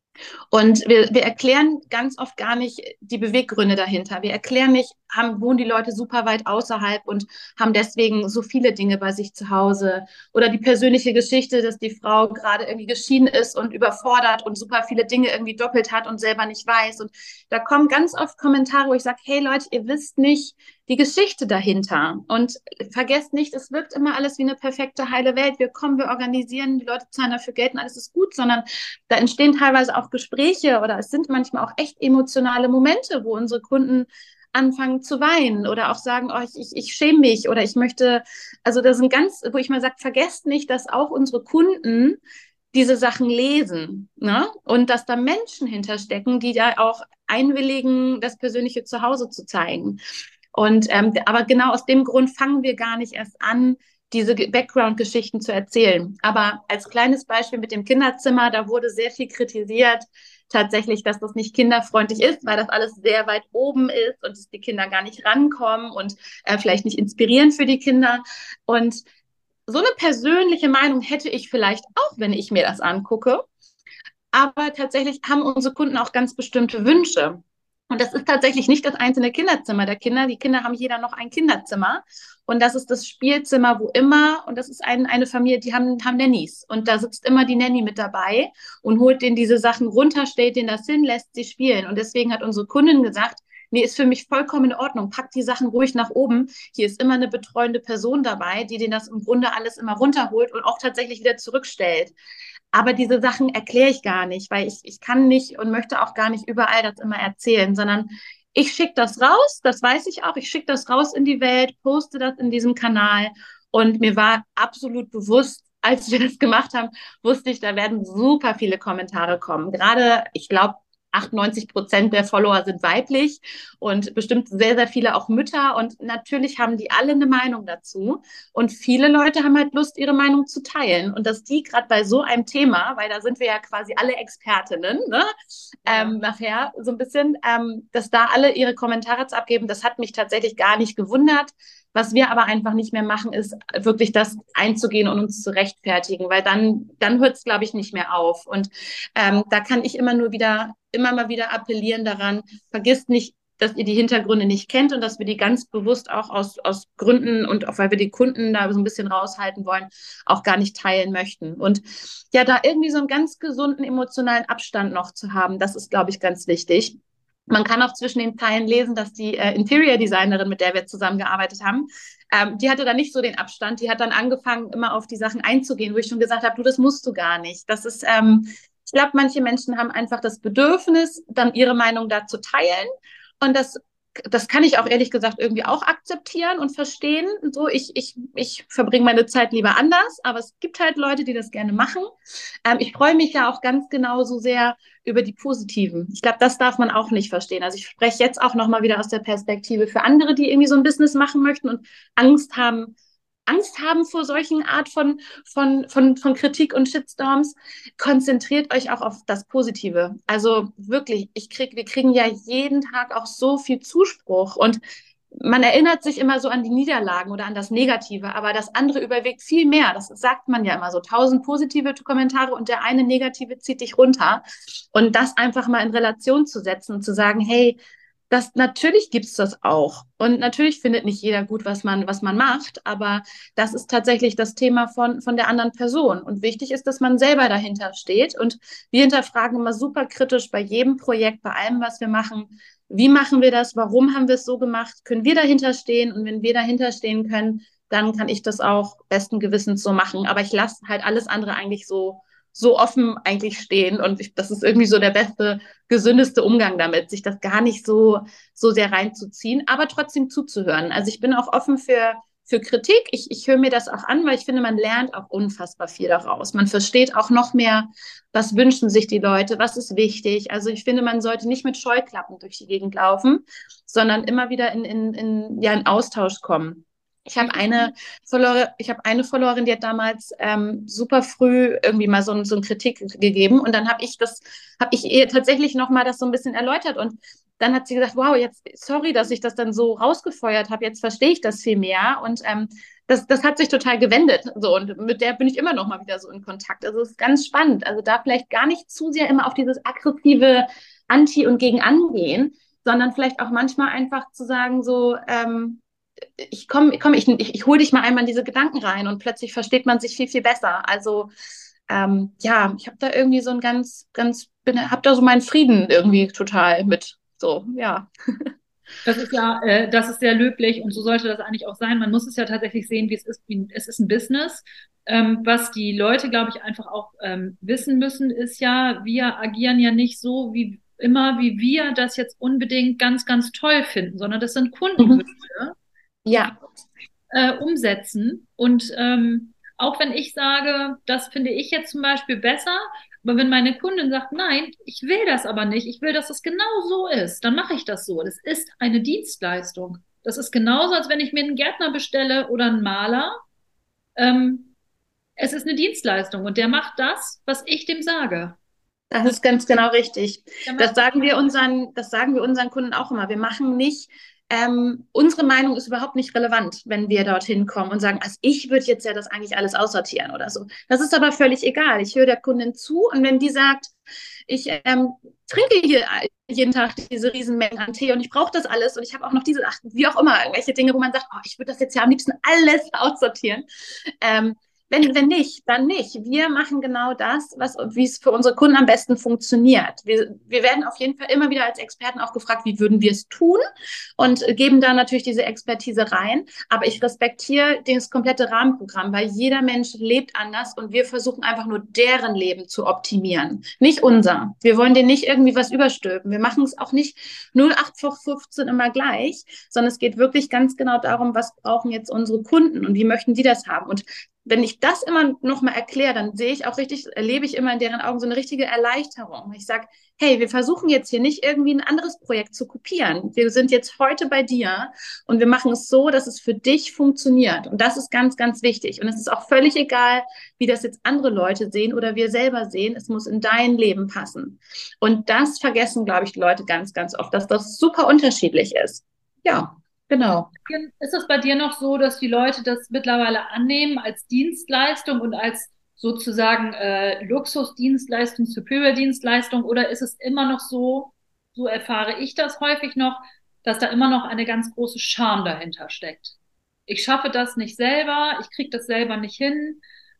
Und wir erklären ganz oft gar nicht die Beweggründe dahinter. Wir erklären nicht, wohnen die Leute super weit außerhalb und haben deswegen so viele Dinge bei sich zu Hause. Oder die persönliche Geschichte, dass die Frau gerade irgendwie geschieden ist und überfordert und super viele Dinge irgendwie doppelt hat und selber nicht weiß. Und da kommen ganz oft Kommentare, wo ich sage, hey Leute, ihr wisst nicht die Geschichte dahinter. Und vergesst nicht, es wirkt immer alles wie eine perfekte, heile Welt. Wir kommen, wir organisieren, die Leute zahlen dafür Geld und alles ist gut, sondern da entstehen teilweise auch Gespräche oder es sind manchmal auch echt emotionale Momente, wo unsere Kunden anfangen zu weinen oder auch sagen, oh, ich schäme mich oder ich möchte, also das sind ganz, wo ich mal sage, vergesst nicht, dass auch unsere Kunden diese Sachen lesen, ne? Und dass da Menschen hinterstecken, die da auch einwilligen, das persönliche Zuhause zu zeigen. Und aber genau aus dem Grund fangen wir gar nicht erst an, diese Background-Geschichten zu erzählen. Aber als kleines Beispiel mit dem Kinderzimmer, da wurde sehr viel kritisiert, tatsächlich, dass das nicht kinderfreundlich ist, weil das alles sehr weit oben ist und dass die Kinder gar nicht rankommen und vielleicht nicht inspirierend für die Kinder. Und so eine persönliche Meinung hätte ich vielleicht auch, wenn ich mir das angucke. Aber tatsächlich haben unsere Kunden auch ganz bestimmte Wünsche. Und das ist tatsächlich nicht das einzelne Kinderzimmer der Kinder. Die Kinder haben jeder noch ein Kinderzimmer. Und das ist das Spielzimmer, wo immer, und das ist eine Familie, die haben Nannies. Und da sitzt immer die Nanny mit dabei und holt denen diese Sachen runter, stellt denen das hin, lässt sie spielen. Und deswegen hat unsere Kundin gesagt, nee, ist für mich vollkommen in Ordnung. Packt die Sachen ruhig nach oben. Hier ist immer eine betreuende Person dabei, die denen das im Grunde alles immer runterholt und auch tatsächlich wieder zurückstellt. Aber diese Sachen erkläre ich gar nicht, weil ich kann nicht und möchte auch gar nicht überall das immer erzählen, sondern ich schicke das raus, das weiß ich auch, ich schicke das raus in die Welt, poste das in diesem Kanal und mir war absolut bewusst, als wir das gemacht haben, wusste ich, da werden super viele Kommentare kommen. Gerade, ich glaube, 98% der Follower sind weiblich und bestimmt sehr, sehr viele auch Mütter. Und natürlich haben die alle eine Meinung dazu. Und viele Leute haben halt Lust, ihre Meinung zu teilen. Und dass die gerade bei so einem Thema, weil da sind wir ja quasi alle Expertinnen, ne? Nachher so ein bisschen, dass da alle ihre Kommentare zu abgeben, das hat mich tatsächlich gar nicht gewundert. Was wir aber einfach nicht mehr machen, ist wirklich das einzugehen und uns zu rechtfertigen, weil dann hört es, glaube ich, nicht mehr auf. Und da kann ich immer mal wieder appellieren daran, vergisst nicht, dass ihr die Hintergründe nicht kennt und dass wir die ganz bewusst auch aus Gründen und auch weil wir die Kunden da so ein bisschen raushalten wollen, auch gar nicht teilen möchten. Und ja, da irgendwie so einen ganz gesunden emotionalen Abstand noch zu haben, das ist, glaube ich, ganz wichtig. Man kann auch zwischen den Zeilen lesen, dass die Interior Designerin, mit der wir zusammengearbeitet haben, die hatte da nicht so den Abstand. Die hat dann angefangen, immer auf die Sachen einzugehen, wo ich schon gesagt habe, du, das musst du gar nicht. Das ist, ich glaube, manche Menschen haben einfach das Bedürfnis, dann ihre Meinung da zu teilen. Und das kann ich auch ehrlich gesagt irgendwie auch akzeptieren und verstehen. So, ich verbringe meine Zeit lieber anders, aber es gibt halt Leute, die das gerne machen. Ich freue mich ja auch ganz genauso sehr über die Positiven. Ich glaube, das darf man auch nicht verstehen. Also ich spreche jetzt auch nochmal wieder aus der Perspektive für andere, die irgendwie so ein Business machen möchten und Angst haben vor solchen Art von Kritik und Shitstorms, konzentriert euch auch auf das Positive. Also wirklich, wir kriegen ja jeden Tag auch so viel Zuspruch und man erinnert sich immer so an die Niederlagen oder an das Negative, aber das andere überwiegt viel mehr. Das sagt man ja immer so. 1000 positive Kommentare und der eine negative zieht dich runter. Und das einfach mal in Relation zu setzen und zu sagen, hey, natürlich gibt es das auch. Und natürlich findet nicht jeder gut, was man macht, aber das ist tatsächlich das Thema von der anderen Person. Und wichtig ist, dass man selber dahinter steht. Und wir hinterfragen immer super kritisch bei jedem Projekt, bei allem, was wir machen. Wie machen wir das? Warum haben wir es so gemacht? Können wir dahinter stehen? Und wenn wir dahinter stehen können, dann kann ich das auch besten Gewissens so machen. Aber ich lasse halt alles andere eigentlich so offen eigentlich stehen und das ist irgendwie so der beste, gesündeste Umgang damit, sich das gar nicht so sehr reinzuziehen, aber trotzdem zuzuhören. Also ich bin auch offen für Kritik. Ich höre mir das auch an, weil ich finde, man lernt auch unfassbar viel daraus. Man versteht auch noch mehr, was wünschen sich die Leute, was ist wichtig. Also ich finde, man sollte nicht mit Scheuklappen durch die Gegend laufen, sondern immer wieder in Austausch kommen. Ich habe eine Followerin, die hat damals super früh irgendwie mal so eine Kritik gegeben und dann habe ich ihr tatsächlich nochmal das so ein bisschen erläutert und dann hat sie gesagt, wow, jetzt, sorry, dass ich das dann so rausgefeuert habe, jetzt verstehe ich das viel mehr und das hat sich total gewendet so und mit der bin ich immer noch mal wieder so in Kontakt. Also es ist ganz spannend. Also da vielleicht gar nicht zu sehr immer auf dieses aggressive Anti- und gegen angehen, sondern vielleicht auch manchmal einfach zu sagen so, ich hole dich mal einmal in diese Gedanken rein und plötzlich versteht man sich viel, viel besser. Also ja, ich habe da irgendwie so ein habe da so meinen Frieden irgendwie total mit. So, ja. Das ist sehr löblich und so sollte das eigentlich auch sein. Man muss es ja tatsächlich sehen, wie es ist. Es ist ein Business. Was die Leute, glaube ich, einfach auch wissen müssen, ist ja, wir agieren ja nicht so wie immer, wie wir das jetzt unbedingt ganz, ganz toll finden, sondern das sind Mhm. Kundenwünsche, die Ja, umsetzen. Und auch wenn ich sage, das finde ich jetzt zum Beispiel besser, aber wenn meine Kundin sagt, nein, ich will das aber nicht, ich will, dass es genau so ist, dann mache ich das so. Das ist eine Dienstleistung. Das ist genauso, als wenn ich mir einen Gärtner bestelle oder einen Maler. Ähm, Es ist eine Dienstleistung und der macht das, was ich dem sage. das ist ganz genau richtig. Der macht, Das sagen wir unseren Kunden auch immer. Wir machen nicht, unsere Meinung ist überhaupt nicht relevant, wenn wir dorthin kommen und sagen, also ich würde jetzt ja das eigentlich alles aussortieren oder so. Das ist aber völlig egal. Ich höre der Kundin zu und wenn die sagt, ich trinke hier jeden Tag diese Riesenmengen an Tee und ich brauche das alles und ich habe auch noch diese, ach, wie auch immer, irgendwelche Dinge, wo man sagt, oh, ich würde das jetzt ja am liebsten alles aussortieren. Ähm, wenn nicht, dann nicht. Wir machen genau das, wie es für unsere Kunden am besten funktioniert. Wir werden auf jeden Fall immer wieder als Experten auch gefragt, wie würden wir es tun und geben da natürlich diese Expertise rein. Aber ich respektiere das komplette Rahmenprogramm, weil jeder Mensch lebt anders und wir versuchen einfach nur deren Leben zu optimieren, nicht unser. Wir wollen denen nicht irgendwie was überstülpen. Wir machen es auch nicht 08 vor 15 immer gleich, sondern es geht wirklich ganz genau darum, was brauchen jetzt unsere Kunden und wie möchten die das haben. Und wenn ich das immer noch mal erkläre, dann sehe ich auch richtig, erlebe ich immer in deren Augen so eine richtige Erleichterung. Ich sage, hey, wir versuchen jetzt hier nicht irgendwie ein anderes Projekt zu kopieren. Wir sind jetzt heute bei dir und wir machen es so, dass es für dich funktioniert. Und das ist ganz, ganz wichtig. Und es ist auch völlig egal, wie das jetzt andere Leute sehen oder wir selber sehen. Es muss in dein Leben passen. Und das vergessen, glaube ich, die Leute ganz, ganz oft, dass das super unterschiedlich ist. Ja, genau. ist es bei dir noch so, dass die Leute das mittlerweile annehmen als Dienstleistung und als sozusagen Luxusdienstleistung, Superior-Dienstleistung, oder ist es immer noch so, so erfahre ich das häufig noch, dass da immer noch eine ganz große Scham dahinter steckt? Ich schaffe das nicht selber, ich kriege das selber nicht hin,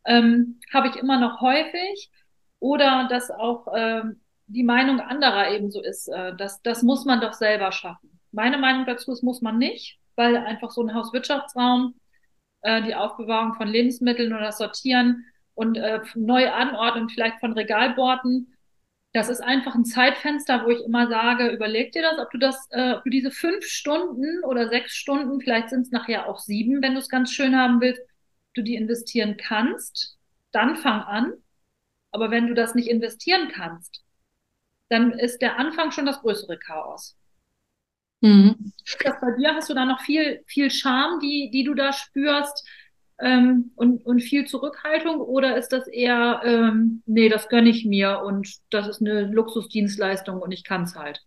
habe ich immer noch häufig, oder dass auch die Meinung anderer ebenso ist, das muss man doch selber schaffen. Meine Meinung dazu ist, muss man nicht, weil einfach so ein Hauswirtschaftsraum, die Aufbewahrung von Lebensmitteln oder das Sortieren und neue Anordnung vielleicht von Regalborten, das ist einfach ein Zeitfenster, wo ich immer sage, überleg dir das, ob du das für diese 5 Stunden oder 6 Stunden, vielleicht sind es nachher auch 7, wenn du es ganz schön haben willst, du die investieren kannst, dann fang an. Aber wenn du das nicht investieren kannst, dann ist der Anfang schon das größere Chaos. Mhm. Ist das bei dir? Hast du da noch viel Scham, die du da spürst, und viel Zurückhaltung? Oder ist das eher, nee, das gönne ich mir und das ist eine Luxusdienstleistung und ich kann es halt?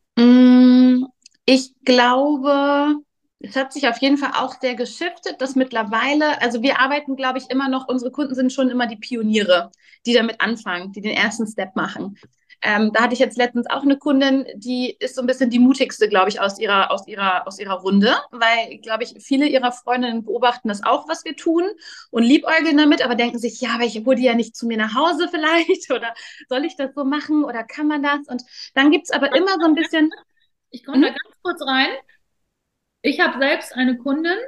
Mm, Ich glaube, es hat sich auf jeden Fall auch sehr geschiftet, dass mittlerweile, also wir arbeiten, glaube ich, immer noch, unsere Kunden sind schon immer die Pioniere, die damit anfangen, die den ersten Step machen. Da hatte ich jetzt letztens auch eine Kundin, die ist so ein bisschen die mutigste, glaube ich, aus ihrer Runde, weil, glaube ich, viele ihrer Freundinnen beobachten das auch, was wir tun und liebäugeln damit, aber denken sich, ja, aber ich hole die ja nicht zu mir nach Hause vielleicht oder soll ich das so machen oder kann man das? Und dann gibt es aber immer so ein bisschen, Ich komme da hm? ganz kurz rein. Ich habe selbst eine Kundin,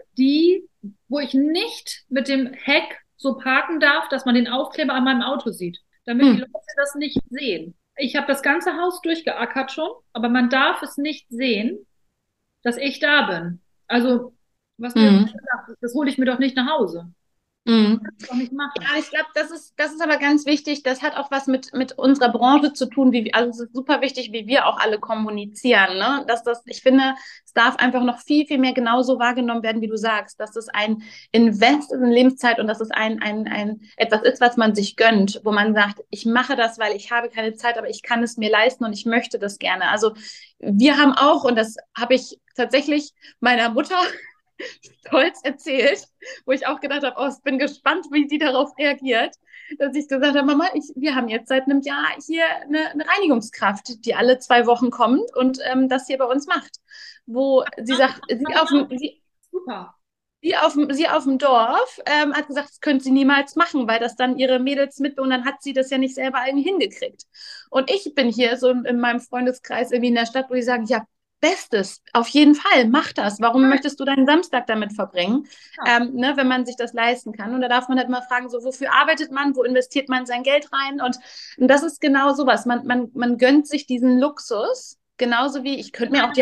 wo ich nicht mit dem Heck so parken darf, dass man den Aufkleber an meinem Auto sieht, damit die Hm. Leute das nicht sehen. Ich habe das ganze Haus durchgeackert schon, aber man darf es nicht sehen, dass ich da bin. Also, was du jetzt Hm. gesagt hast, das hole ich mir doch nicht nach Hause. Mhm. Das doch nicht machen. Ja, ich glaube, das ist aber ganz wichtig. Das hat auch was mit unserer Branche zu tun, also es ist super wichtig, wie wir auch alle kommunizieren, ne? Ich finde, es darf einfach noch viel, viel mehr genauso wahrgenommen werden, wie du sagst, dass es ein Invest ist in Lebenszeit und dass es ein etwas ist, was man sich gönnt, wo man sagt, ich mache das, weil ich habe keine Zeit, aber ich kann es mir leisten und ich möchte das gerne. Also wir haben auch, und das habe ich tatsächlich meiner Mutter stolz erzählt, wo ich auch gedacht habe, oh, ich bin gespannt, wie sie darauf reagiert, dass ich gesagt habe, Mama, wir haben jetzt seit einem Jahr hier eine Reinigungskraft, die alle 2 Wochen kommt und das hier bei uns macht. Wo sie sagt, Super. sie auf dem Dorf hat gesagt, das könnte sie niemals machen, weil das dann ihre Mädels mit und dann hat sie das ja nicht selber irgendwie hingekriegt. Und ich bin hier so in meinem Freundeskreis irgendwie in der Stadt, wo die sagen, ja, Bestes, auf jeden Fall, mach das. Warum möchtest du deinen Samstag damit verbringen, ne, wenn man sich das leisten kann? Und da darf man halt mal fragen, so, wofür arbeitet man, wo investiert man sein Geld rein? Und das ist genau sowas. Man gönnt sich diesen Luxus, genauso wie ich könnte mir auch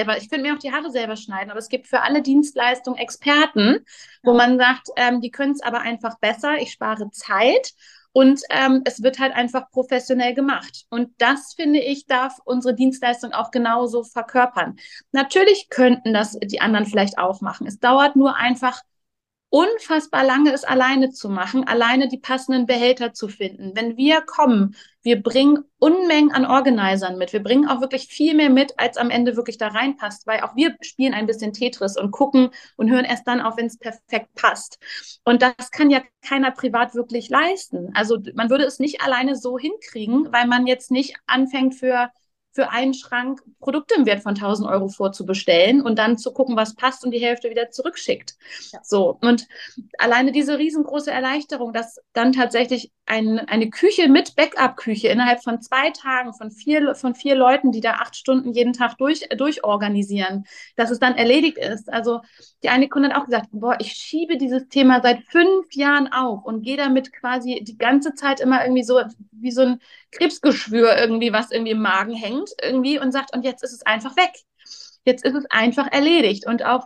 die Haare selber schneiden, aber es gibt für alle Dienstleistungen Experten, wo man sagt, die können es aber einfach besser, ich spare Zeit. Und es wird halt einfach professionell gemacht. Und das, finde ich, darf unsere Dienstleistung auch genauso verkörpern. Natürlich könnten das die anderen vielleicht auch machen. Es dauert nur einfach unfassbar lange, es alleine zu machen, alleine die passenden Behälter zu finden. Wenn wir kommen, wir bringen Unmengen an Organisern mit. Wir bringen auch wirklich viel mehr mit, als am Ende wirklich da reinpasst, weil auch wir spielen ein bisschen Tetris und gucken und hören erst dann auf, wenn es perfekt passt. Und das kann ja keiner privat wirklich leisten. Also man würde es nicht alleine so hinkriegen, weil man jetzt nicht anfängt für einen Schrank Produkte im Wert von 1.000 € vorzubestellen und dann zu gucken, was passt und die Hälfte wieder zurückschickt. Ja. So, und alleine diese riesengroße Erleichterung, dass dann tatsächlich eine Küche mit Backup-Küche innerhalb von 2 Tagen von vier Leuten, die da 8 Stunden jeden Tag durchorganisieren, dass es dann erledigt ist. Also die eine Kundin hat auch gesagt, boah, ich schiebe dieses Thema seit 5 Jahren auf und gehe damit quasi die ganze Zeit immer irgendwie so wie so ein Krebsgeschwür irgendwie, was irgendwie im Magen hängt irgendwie und sagt, und jetzt ist es einfach weg. Jetzt ist es einfach erledigt. Und auch,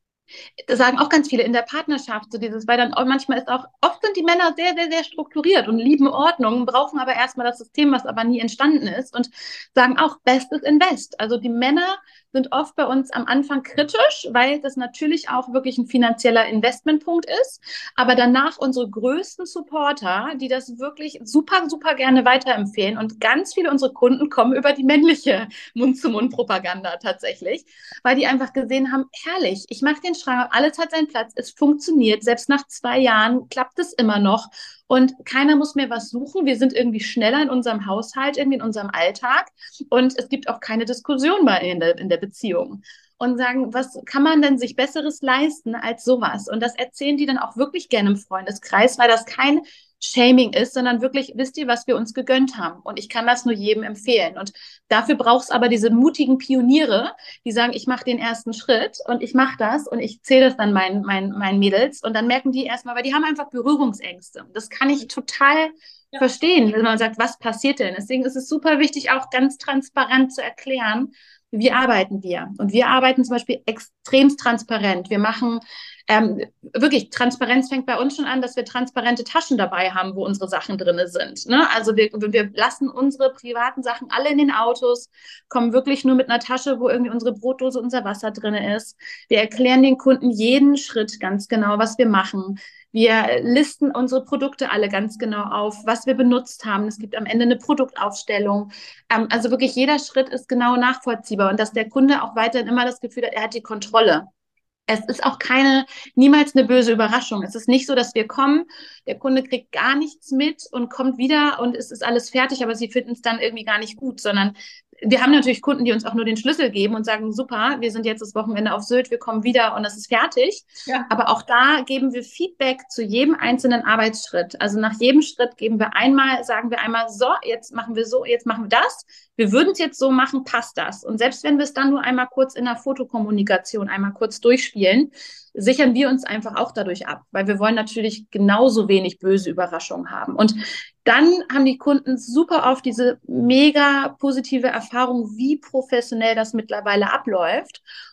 das sagen auch ganz viele in der Partnerschaft, so dieses, weil dann auch manchmal ist auch, oft sind die Männer sehr, sehr, sehr strukturiert und lieben Ordnung, brauchen aber erstmal das System, was aber nie entstanden ist und sagen auch, Bestes Invest. Also die Männer sind oft bei uns am Anfang kritisch, weil das natürlich auch wirklich ein finanzieller Investmentpunkt ist. Aber danach unsere größten Supporter, die das wirklich super, super gerne weiterempfehlen. Und ganz viele unserer Kunden kommen über die männliche Mund-zu-Mund-Propaganda tatsächlich, weil die einfach gesehen haben, herrlich, ich mache den Schrank, alles hat seinen Platz, es funktioniert. Selbst nach 2 Jahren klappt es immer noch. Und keiner muss mehr was suchen. Wir sind irgendwie schneller in unserem Haushalt, irgendwie in unserem Alltag. Und es gibt auch keine Diskussion mehr in der Beziehung. Und sagen, was kann man denn sich Besseres leisten als sowas? Und das erzählen die dann auch wirklich gerne im Freundeskreis, weil das kein Shaming ist, sondern wirklich, wisst ihr, was wir uns gegönnt haben? Und ich kann das nur jedem empfehlen. Und dafür braucht es aber diese mutigen Pioniere, die sagen, ich mache den ersten Schritt und ich mache das und ich zähle das dann meinen Mädels. Und dann merken die erstmal, weil die haben einfach Berührungsängste. Das kann ich total verstehen, wenn man sagt, was passiert denn? Deswegen ist es super wichtig, auch ganz transparent zu erklären, wie arbeiten wir? Und wir arbeiten zum Beispiel extrem transparent. Wir machen wirklich, Transparenz fängt bei uns schon an, dass wir transparente Taschen dabei haben, wo unsere Sachen drin sind. Ne? Also wir lassen unsere privaten Sachen alle in den Autos, kommen wirklich nur mit einer Tasche, wo irgendwie unsere Brotdose, unser Wasser drin ist. Wir erklären den Kunden jeden Schritt ganz genau, was wir machen. Wir listen unsere Produkte alle ganz genau auf, was wir benutzt haben. Es gibt am Ende eine Produktaufstellung. Also wirklich jeder Schritt ist genau nachvollziehbar und dass der Kunde auch weiterhin immer das Gefühl hat, er hat die Kontrolle. Es ist auch niemals eine böse Überraschung. Es ist nicht so, dass wir kommen, der Kunde kriegt gar nichts mit und kommt wieder und es ist alles fertig, aber sie finden es dann irgendwie gar nicht gut, sondern wir haben natürlich Kunden, die uns auch nur den Schlüssel geben und sagen, super, wir sind jetzt das Wochenende auf Sylt, wir kommen wieder und das ist fertig. Ja. Aber auch da geben wir Feedback zu jedem einzelnen Arbeitsschritt. Also nach jedem Schritt sagen wir einmal, so, jetzt machen wir so, jetzt machen wir das. Wir würden es jetzt so machen, passt das? Und selbst wenn wir es dann nur einmal kurz in der Fotokommunikation einmal kurz durchspielen, sichern wir uns einfach auch dadurch ab, weil wir wollen natürlich genauso wenig böse Überraschungen haben. Und dann haben die Kunden super oft diese mega positive Erfahrung, wie professionell das mittlerweile abläuft.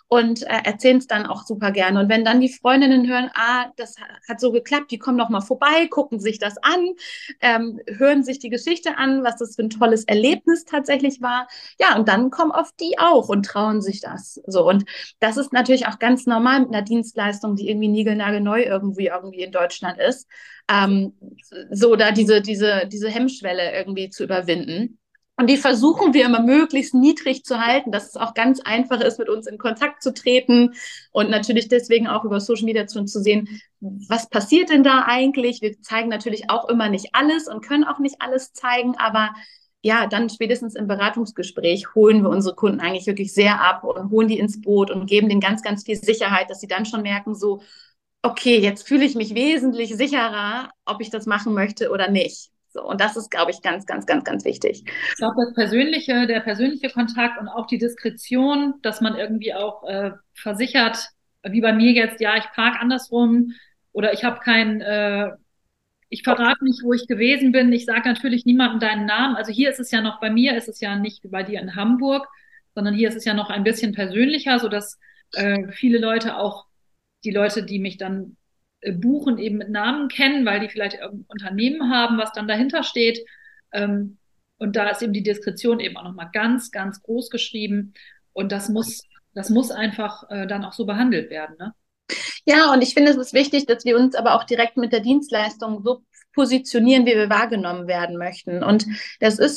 und erzählen es dann auch super gerne. Und wenn dann die Freundinnen hören, das hat so geklappt, die kommen noch mal vorbei, gucken sich das an, hören sich die Geschichte an, was das für ein tolles Erlebnis tatsächlich war. Ja, und dann kommen oft die auch und trauen sich das. So, und das ist natürlich auch ganz normal mit einer Dienstleistung, die irgendwie niegelnagelneu irgendwie in Deutschland ist, so da diese Hemmschwelle irgendwie zu überwinden. Und die versuchen wir immer möglichst niedrig zu halten, dass es auch ganz einfach ist, mit uns in Kontakt zu treten und natürlich deswegen auch über Social Media zu sehen, was passiert denn da eigentlich? Wir zeigen natürlich auch immer nicht alles und können auch nicht alles zeigen, aber ja, dann spätestens im Beratungsgespräch holen wir unsere Kunden eigentlich wirklich sehr ab und holen die ins Boot und geben denen ganz, ganz viel Sicherheit, dass sie dann schon merken, so, okay, jetzt fühle ich mich wesentlich sicherer, ob ich das machen möchte oder nicht. So, und das ist, glaube ich, ganz, ganz, ganz, ganz wichtig. Ich glaube, der persönliche Kontakt und auch die Diskretion, dass man irgendwie auch versichert, wie bei mir jetzt, ja, ich parke andersrum oder ich habe ich verrate nicht, wo ich gewesen bin. Ich sage natürlich niemandem deinen Namen. Also hier ist es ja noch, bei mir ist es ja nicht wie bei dir in Hamburg, sondern hier ist es ja noch ein bisschen persönlicher, sodass viele Leute auch die Leute, die mich dann buchen, eben mit Namen kennen, weil die vielleicht irgendein Unternehmen haben, was dann dahinter steht. Und da ist eben die Diskretion eben auch nochmal ganz, ganz groß geschrieben. Und das muss einfach dann auch so behandelt werden, ne? Ja, und ich finde, es ist wichtig, dass wir uns aber auch direkt mit der Dienstleistung so positionieren, wie wir wahrgenommen werden möchten. Und das ist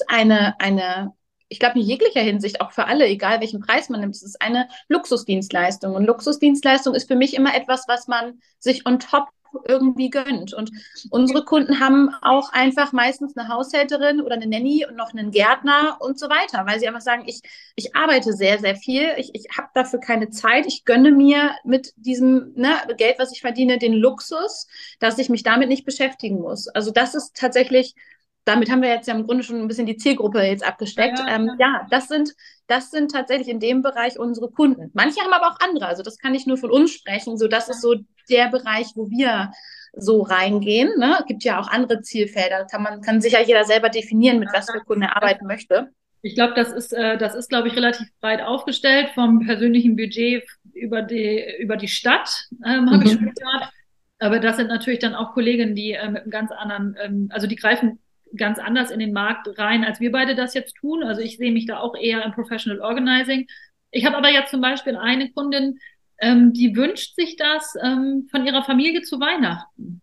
ich glaube, in jeglicher Hinsicht, auch für alle, egal welchen Preis man nimmt, es ist eine Luxusdienstleistung. Und Luxusdienstleistung ist für mich immer etwas, was man sich on top irgendwie gönnt. Und unsere Kunden haben auch einfach meistens eine Haushälterin oder eine Nanny und noch einen Gärtner und so weiter, weil sie einfach sagen, ich arbeite sehr, sehr viel, ich habe dafür keine Zeit, ich gönne mir mit diesem Geld, was ich verdiene, den Luxus, dass ich mich damit nicht beschäftigen muss. Also das ist tatsächlich, damit haben wir jetzt ja im Grunde schon ein bisschen die Zielgruppe jetzt abgesteckt. Ja, das sind tatsächlich in dem Bereich unsere Kunden. Manche haben aber auch andere, also das kann ich nur von uns sprechen, so das ist so der Bereich, wo wir so reingehen. Ne? Es gibt ja auch andere Zielfelder, kann sich ja jeder selber definieren, mit was für Kunden er arbeiten möchte. Ich glaube, das ist, glaube ich, relativ breit aufgestellt, vom persönlichen Budget über die Stadt, habe ich schon gehört. Aber das sind natürlich dann auch Kolleginnen, die mit einem ganz anderen, also die greifen ganz anders in den Markt rein, als wir beide das jetzt tun. Also ich sehe mich da auch eher im Professional Organizing. Ich habe aber jetzt zum Beispiel eine Kundin, die wünscht sich das von ihrer Familie zu Weihnachten.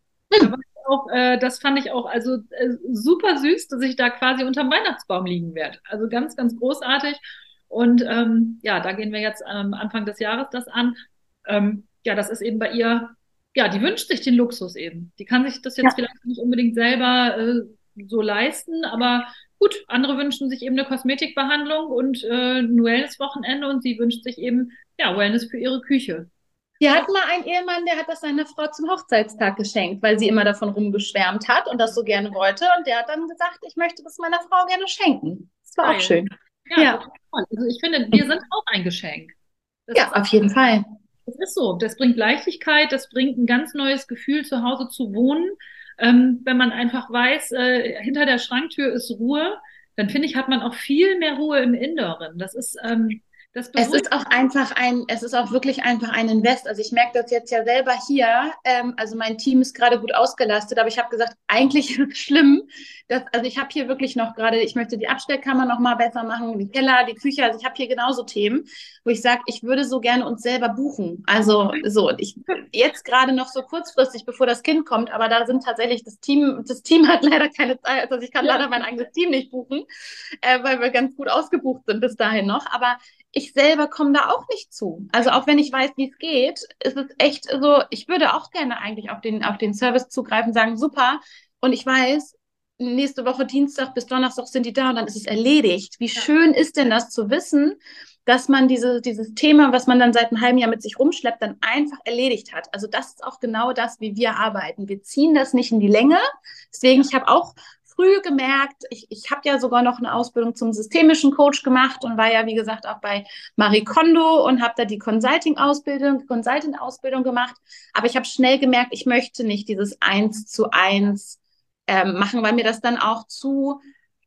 Das fand ich auch also super süß, dass ich da quasi unterm Weihnachtsbaum liegen werde. Also ganz, ganz großartig. Und ja, da gehen wir jetzt Anfang des Jahres das an. Ja, das ist eben bei ihr, ja, die wünscht sich den Luxus eben. Die kann sich das jetzt vielleicht nicht unbedingt selber so leisten, aber gut, andere wünschen sich eben eine Kosmetikbehandlung und ein Wellness-Wochenende und sie wünscht sich eben, ja, Wellness für ihre Küche. Wir hatten mal einen Ehemann, der hat das seiner Frau zum Hochzeitstag geschenkt, weil sie immer davon rumgeschwärmt hat und das so gerne wollte. Und der hat dann gesagt, ich möchte das meiner Frau gerne schenken. Das war auch schön. Ja, toll. Also ich finde, wir sind auch ein Geschenk. Ja, auf jeden Fall. Das ist so. Das bringt Leichtigkeit, das bringt ein ganz neues Gefühl, zu Hause zu wohnen. Wenn man einfach weiß, hinter der Schranktür ist Ruhe, dann finde ich, hat man auch viel mehr Ruhe im Inneren. Das ist es ist auch es ist auch wirklich einfach ein Invest. Also ich merke das jetzt ja selber hier. Also mein Team ist gerade gut ausgelastet, aber ich habe gesagt, eigentlich ist es schlimm. Also ich habe hier wirklich noch gerade, ich möchte die Abstellkammer noch mal besser machen, die Keller, die Küche. Also ich habe hier genauso Themen, wo ich sage, ich würde so gerne uns selber buchen. Also so, ich jetzt gerade noch so kurzfristig, bevor das Kind kommt, aber da sind tatsächlich das Team hat leider keine Zeit. Also ich kann leider mein eigenes Team nicht buchen, weil wir ganz gut ausgebucht sind bis dahin noch. Aber ich selber komme da auch nicht zu. Also auch wenn ich weiß, wie es geht, ist es echt so, ich würde auch gerne eigentlich auf den Service zugreifen, sagen, super. Und ich weiß, nächste Woche Dienstag bis Donnerstag sind die da und dann ist es erledigt. Wie schön ist denn das zu wissen, dass man dieses Thema, was man dann seit einem halben Jahr mit sich rumschleppt, dann einfach erledigt hat. Also das ist auch genau das, wie wir arbeiten. Wir ziehen das nicht in die Länge. Deswegen, ich habe auch früh gemerkt, ich habe ja sogar noch eine Ausbildung zum systemischen Coach gemacht und war ja, wie gesagt, auch bei Marie Kondo und habe da die Consulting-Ausbildung gemacht. Aber ich habe schnell gemerkt, ich möchte nicht dieses 1:1 machen, weil mir das dann auch zu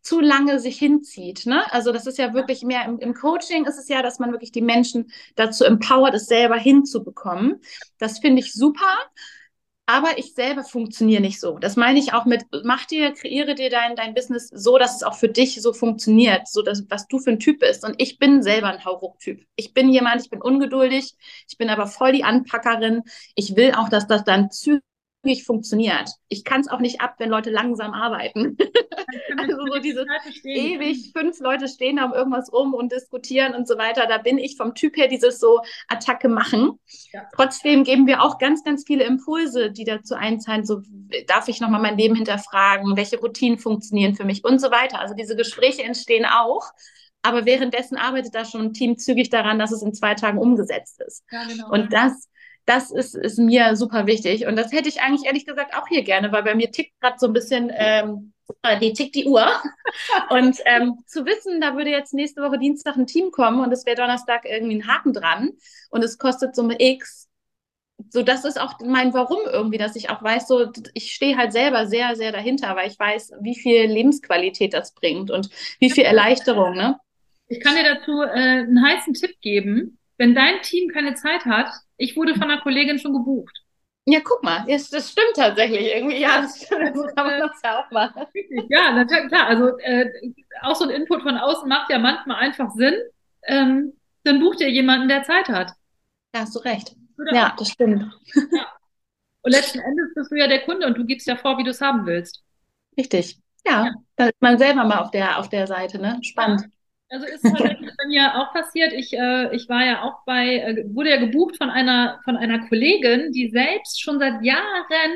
zu lange sich hinzieht. Ne? Also das ist ja wirklich mehr im Coaching ist es ja, dass man wirklich die Menschen dazu empowert, es selber hinzubekommen. Das finde ich super. Aber ich selber funktioniere nicht so. Das meine ich auch mit, kreiere dir dein Business so, dass es auch für dich so funktioniert, so dass, was du für ein Typ bist. Und ich bin selber ein Hauruck-Typ. Ich bin ungeduldig, ich bin aber voll die Anpackerin. Ich will auch, dass das dann zügig funktioniert. Ich kann es auch nicht ab, wenn Leute langsam arbeiten. Also so dieses ewig 5 Leute stehen da um irgendwas rum und diskutieren und so weiter. Da bin ich vom Typ her dieses so Attacke machen. Ja. Trotzdem geben wir auch ganz, ganz viele Impulse, die dazu einzahlen. So, darf ich nochmal mein Leben hinterfragen? Welche Routinen funktionieren für mich und so weiter. Also diese Gespräche entstehen auch. Aber währenddessen arbeitet da schon ein Team zügig daran, dass es in 2 Tagen umgesetzt ist. Ja, genau. Und das ist mir super wichtig. Und das hätte ich eigentlich ehrlich gesagt auch hier gerne, weil bei mir tickt gerade so ein bisschen, tickt die Uhr. Und zu wissen, da würde jetzt nächste Woche Dienstag ein Team kommen und es wäre Donnerstag irgendwie ein Haken dran und es kostet Summe X. So, das ist auch mein Warum irgendwie, dass ich auch weiß, so, ich stehe halt selber sehr, sehr dahinter, weil ich weiß, wie viel Lebensqualität das bringt und wie viel Erleichterung, ne? Ich kann dir dazu einen heißen Tipp geben. Wenn dein Team keine Zeit hat, ich wurde von einer Kollegin schon gebucht. Ja, guck mal, das stimmt tatsächlich irgendwie. Ja, das stimmt, so kann man das ja auch machen. Ja, natürlich, klar. Also auch so ein Input von außen macht ja manchmal einfach Sinn. Dann bucht ihr jemanden, der Zeit hat. Da hast du recht. Ja, das stimmt. Ja. Und letzten Endes bist du ja der Kunde und du gibst ja vor, wie du es haben willst. Richtig. Ja, dann ist man selber mal auf der Seite, ne? Spannend. Ja. Also ist tatsächlich bei mir auch passiert. Ich war ja auch wurde ja gebucht von einer Kollegin, die selbst schon seit Jahren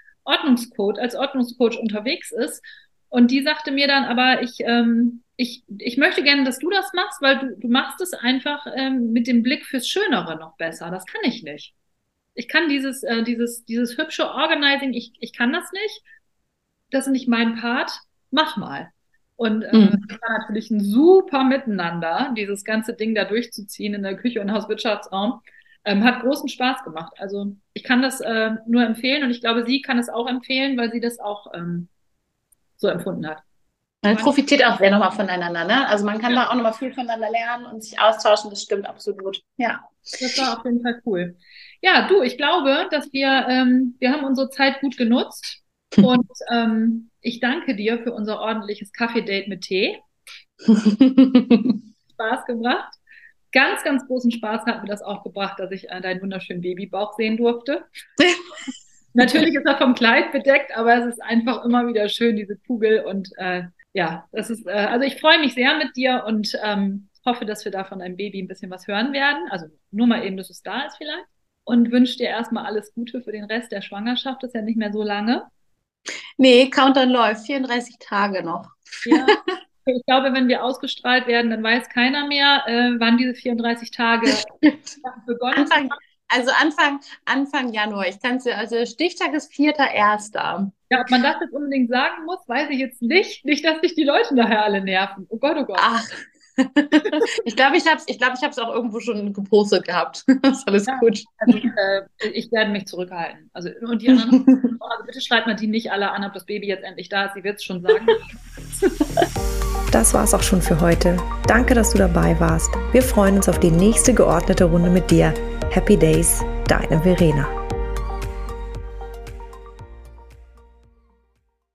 als Ordnungscoach unterwegs ist. Und die sagte mir dann, aber ich möchte gerne, dass du das machst, weil du machst es einfach mit dem Blick fürs Schönere noch besser. Das kann ich nicht. Ich kann dieses hübsche Organizing, ich kann das nicht. Das ist nicht mein Part. Mach mal. Und das war natürlich ein super Miteinander, dieses ganze Ding da durchzuziehen in der Küche und Hauswirtschaftsraum. Hat großen Spaß gemacht. Also ich kann das nur empfehlen und ich glaube, sie kann es auch empfehlen, weil sie das auch so empfunden hat. Man profitiert auch sehr nochmal voneinander, ne? Also man kann da auch nochmal viel voneinander lernen und sich austauschen, das stimmt absolut. Ja. Das war auf jeden Fall cool. Ja, du, ich glaube, dass wir haben unsere Zeit gut genutzt. Und ich danke dir für unser ordentliches Kaffee-Date mit Tee. Spaß gebracht. Ganz, ganz großen Spaß hat mir das auch gebracht, dass ich deinen wunderschönen Babybauch sehen durfte. Natürlich ist er vom Kleid bedeckt, aber es ist einfach immer wieder schön, diese Kugel. Und das ist, also ich freue mich sehr mit dir und hoffe, dass wir da von deinem Baby ein bisschen was hören werden. Also nur mal eben, dass es da ist vielleicht. Und wünsche dir erstmal alles Gute für den Rest der Schwangerschaft. Das ist ja nicht mehr so lange. Nee, Countdown läuft, 34 Tage noch. Ja, ich glaube, wenn wir ausgestrahlt werden, dann weiß keiner mehr, wann diese 34 Tage begonnen haben. Anfang Januar. Also Stichtag ist 4.1. Ja, ob man das jetzt unbedingt sagen muss, weiß ich jetzt nicht. Nicht, dass sich die Leute nachher alle nerven. Oh Gott, oh Gott. Ach. Ich glaube, ich habe es auch irgendwo schon gepostet gehabt. Das ist alles gut. Also, ich werde mich zurückhalten. Also, und die anderen, also bitte schreibt mal die nicht alle an, ob das Baby jetzt endlich da ist. Sie wird es schon sagen. Das war's auch schon für heute. Danke, dass du dabei warst. Wir freuen uns auf die nächste geordnete Runde mit dir. Happy Days, deine Verena.